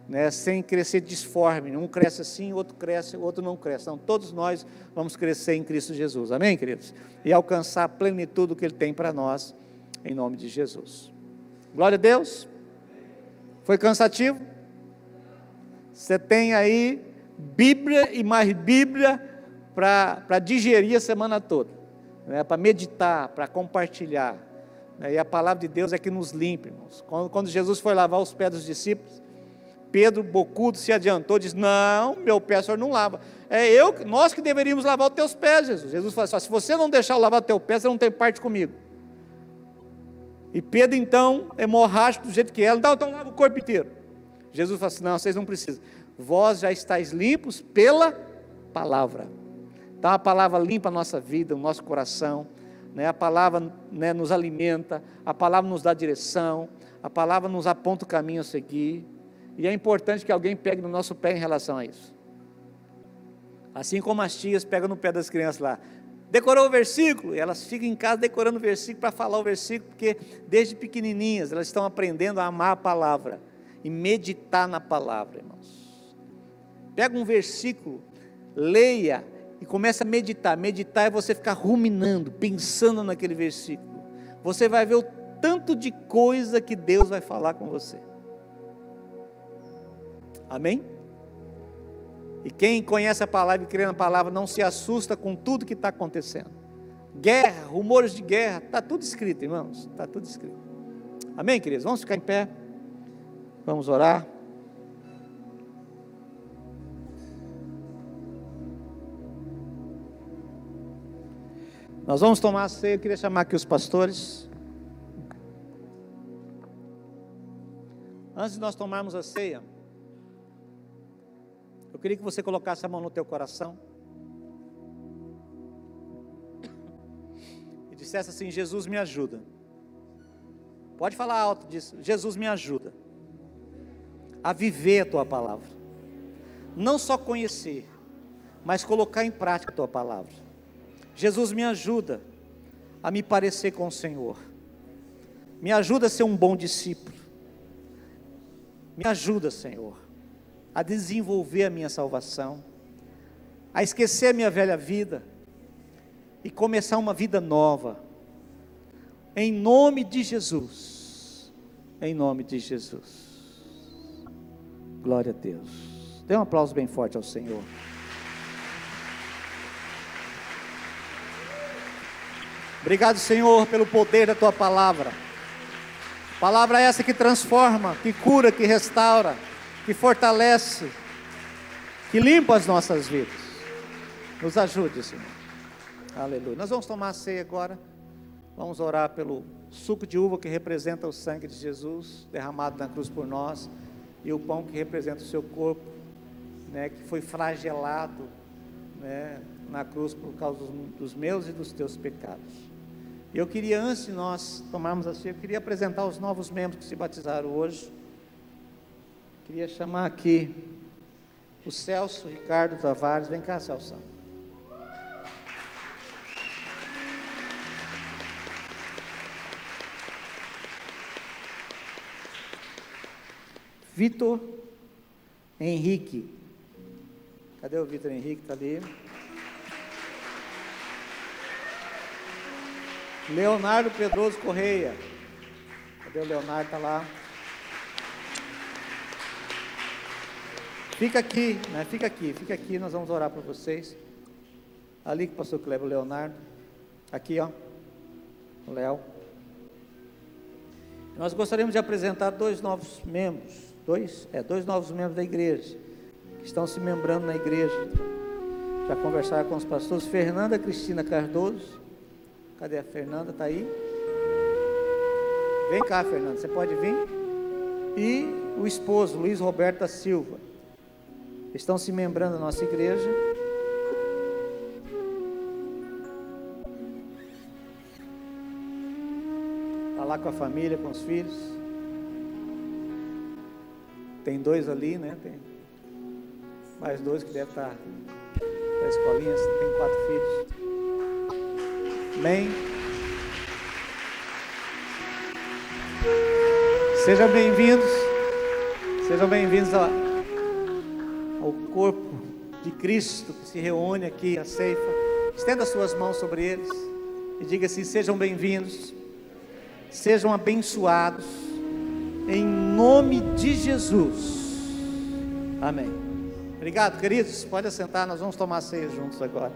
né, sem crescer disforme. Um cresce assim, outro cresce, outro não cresce. Então, todos nós vamos crescer em Cristo Jesus. Amém, queridos? E alcançar a plenitude do que Ele tem para nós, em nome de Jesus. Glória a Deus. Foi cansativo? Você tem aí Bíblia e mais Bíblia para digerir a semana toda, né, para meditar, para compartilhar. Né, e a palavra de Deus é que nos limpa, irmãos. Quando, quando Jesus foi lavar os pés dos discípulos, Pedro, bocudo, se adiantou, disse: não, meu pé o senhor não lava. É eu, nós que deveríamos lavar os teus pés, Jesus. Jesus falou assim: se você não deixar eu lavar o teu pé, você não tem parte comigo. E Pedro, então, hemorrágico do jeito que é, então, então lava o corpo inteiro. Jesus falou assim: não, vocês não precisam. Vós já estáis limpos pela palavra. Então a palavra limpa a nossa vida, o nosso coração, né? A palavra, né, nos alimenta, a palavra nos dá direção, a palavra nos aponta o caminho a seguir. E é importante que alguém pegue no nosso pé em relação a isso. Assim como as tias pegam no pé das crianças lá. Decorou o versículo? E elas ficam em casa decorando o versículo para falar o versículo, porque desde pequenininhas elas estão aprendendo a amar a palavra e meditar na palavra, irmãos. Pega um versículo, leia e comece a meditar. Meditar é você ficar ruminando, pensando naquele versículo. Você vai ver o tanto de coisa que Deus vai falar com você. Amém? E quem conhece a palavra e crê na palavra não se assusta com tudo que está acontecendo. Guerra, rumores de guerra, está tudo escrito, irmãos, está tudo escrito. Amém, queridos? Vamos ficar em pé, vamos orar. Nós vamos tomar a ceia. Eu queria chamar aqui os pastores. Antes de nós tomarmos a ceia, eu queria que você colocasse a mão no teu coração e dissesse assim: Jesus, me ajuda. Pode falar alto disso. Jesus, me ajuda a viver a tua palavra, não só conhecer, mas colocar em prática a tua palavra. Jesus, me ajuda a me parecer com o Senhor, me ajuda a ser um bom discípulo, me ajuda, Senhor, a desenvolver a minha salvação, a esquecer a minha velha vida e começar uma vida nova, em nome de Jesus, em nome de Jesus. Glória a Deus. Dê um aplauso bem forte ao Senhor. Obrigado, Senhor, pelo poder da tua palavra. Palavra essa que transforma, que cura, que restaura, que fortalece, que limpa as nossas vidas. Nos ajude, Senhor. Aleluia. Nós vamos tomar a ceia agora. Vamos orar pelo suco de uva que representa o sangue de Jesus derramado na cruz por nós, e o pão que representa o seu corpo, né, que foi flagelado, né, na cruz por causa dos, dos meus e dos teus pecados. E eu queria, antes de nós tomarmos a ceia, eu queria apresentar os novos membros que se batizaram hoje. Queria chamar aqui o Celso Ricardo Tavares. Vem cá, Celso. Vitor Henrique. Cadê o Vitor Henrique? Está ali. Leonardo Pedroso Correia. Cadê o Leonardo? Está lá. Fica aqui, né? Fica aqui, fica aqui, nós vamos orar por vocês. Ali que passou o Cleber, o Leonardo. Aqui, ó, o Léo. Nós gostaríamos de apresentar dois novos membros, dois, é, dois novos membros da igreja, que estão se membrando na igreja. Já conversaram com os pastores. Fernanda Cristina Cardoso. Cadê a Fernanda? Está aí? Vem cá, Fernanda, você pode vir? E o esposo, Luiz Roberto da Silva. Estão se membrando na nossa igreja. Está lá com a família, com os filhos. Tem dois ali, né? Tem mais dois que devem estar na escolinha. Tem quatro filhos. Amém. Sejam bem-vindos. Sejam bem-vindos a ao corpo de Cristo que se reúne aqui, a ceifa. Estenda suas mãos sobre eles e diga assim: sejam bem-vindos, sejam abençoados, em nome de Jesus, amém. Obrigado, queridos, pode assentar, nós vamos tomar a ceia juntos agora.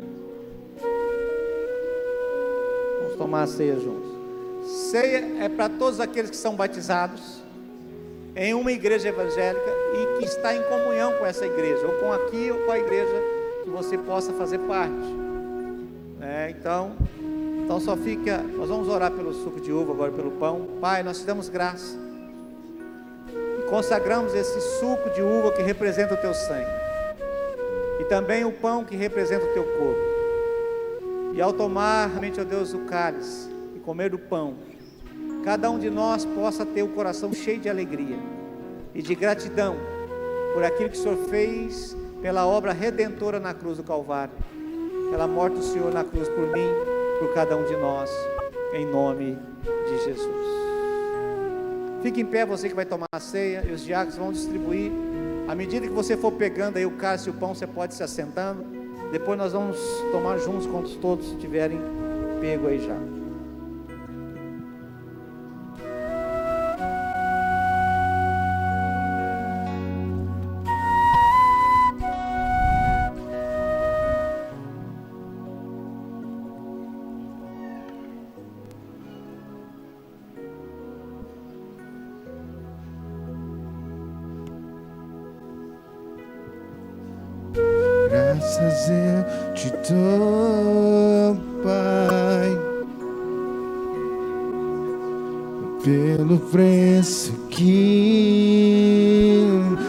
Vamos tomar a ceia juntos. Ceia é para todos aqueles que são batizados em uma igreja evangélica e que está em comunhão com essa igreja, ou com aqui ou com a igreja que você possa fazer parte. É, então, então só fica, nós vamos orar pelo suco de uva, agora pelo pão. Pai, nós te damos graça e consagramos esse suco de uva que representa o teu sangue, e também o pão que representa o teu corpo. E ao tomar, realmente, ó Deus, o cálice e comer do pão, cada um de nós possa ter o coração cheio de alegria e de gratidão por aquilo que o Senhor fez pela obra redentora na cruz do Calvário, pela morte do Senhor na cruz por mim, por cada um de nós, em nome de Jesus. Fique em pé, você que vai tomar a ceia, e os diáconos vão distribuir. À medida que você for pegando aí o cálice e o pão, você pode se assentando. Depois nós vamos tomar juntos, quando todos tiverem pego aí já. Graças eu te dou, Pai, pelo preço que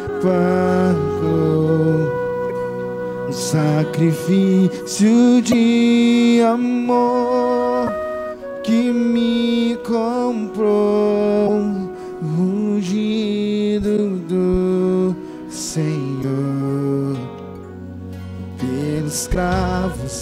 pagou, um sacrifício de amor que me comprou, ungido do Senhor. Escravos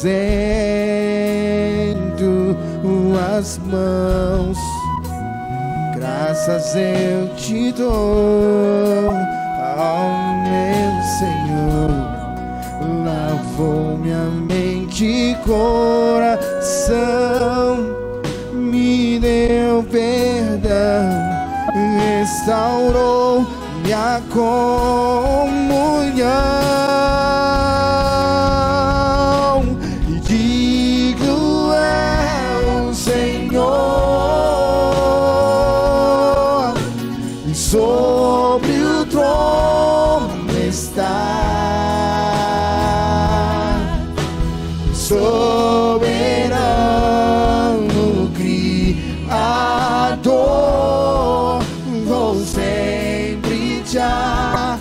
em tuas mãos, graças eu te dou, ao meu Senhor. Lavou minha mente e coração, me deu perdão, restaurou minha comunhão. Sobre o trono está, soberano Criador, vou sempre te adorar.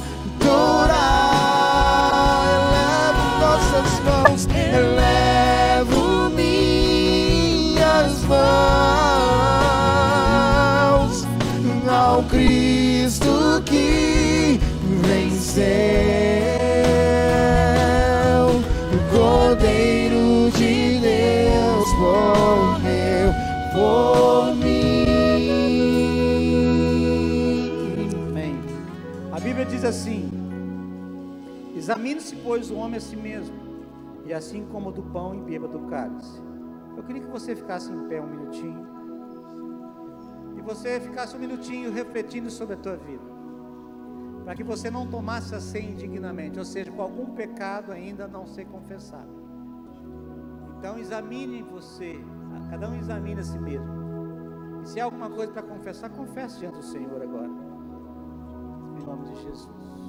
Elevo nossas mãos, elevo minhas mãos ao Cristo que venceu, o Cordeiro de Deus morreu por mim. Amém. A Bíblia diz assim: examine-se, pois, o homem a si mesmo, e assim como do pão e beba do cálice. Eu queria que você ficasse em pé um minutinho, e você ficasse um minutinho refletindo sobre a tua vida, para que você não tomasse a ceia indignamente, ou seja, com algum pecado ainda não ser confessado. Então examine você, cada um examine a si mesmo, e se há alguma coisa para confessar, confesse diante do Senhor agora, em nome de Jesus.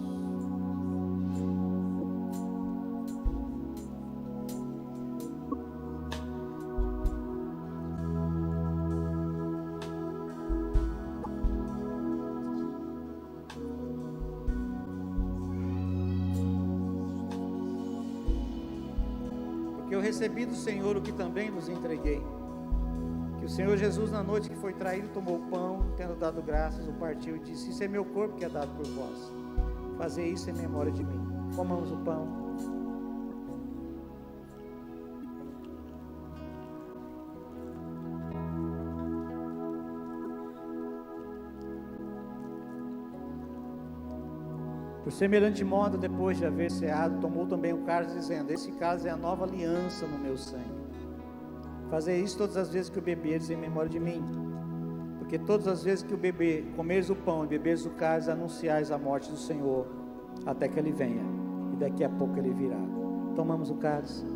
Eu recebi do Senhor o que também vos entreguei, que o Senhor Jesus, na noite que foi traído, tomou o pão, tendo dado graças, o partiu e disse: isso é meu corpo que é dado por vós, fazei isso em memória de mim. Comamos o pão. Por semelhante modo, depois de haver ceado, tomou também o cálice, dizendo: esse cálice é a nova aliança no meu sangue. Fazei isso todas as vezes que o beberes em memória de mim. Porque todas as vezes que o beber, comeres o pão e beberes o cálice, anunciais a morte do Senhor, até que Ele venha. E daqui a pouco Ele virá. Tomamos o cálice.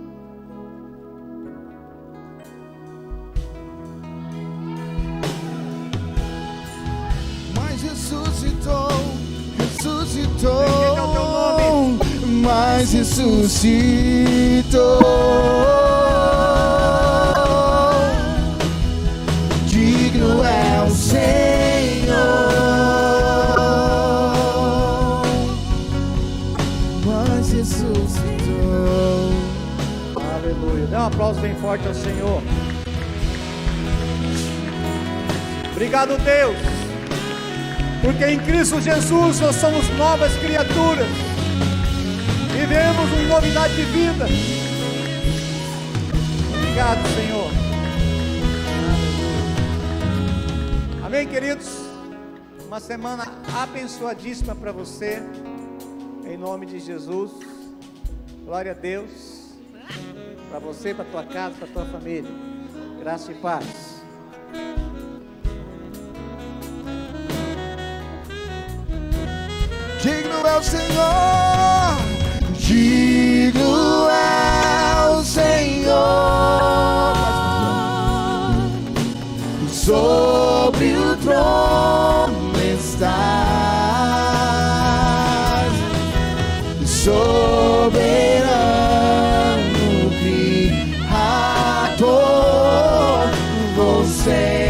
Mas ressuscitou, ressuscitou, Bendito é o teu nome. mas ressuscitou. Digno é o Senhor, mas ressuscitou. Aleluia. Dá um aplauso bem forte ao Senhor. Obrigado, Deus, porque em Cristo Jesus nós somos novas criaturas, vivemos uma novidade de vida. Obrigado, Senhor. Amém, queridos? Uma semana abençoadíssima para você, em nome de Jesus. Glória a Deus, para você, para tua casa, para tua família. Graça e paz. Digno é o Senhor, digno é o Senhor, sobre o trono estás, soberano Criador, você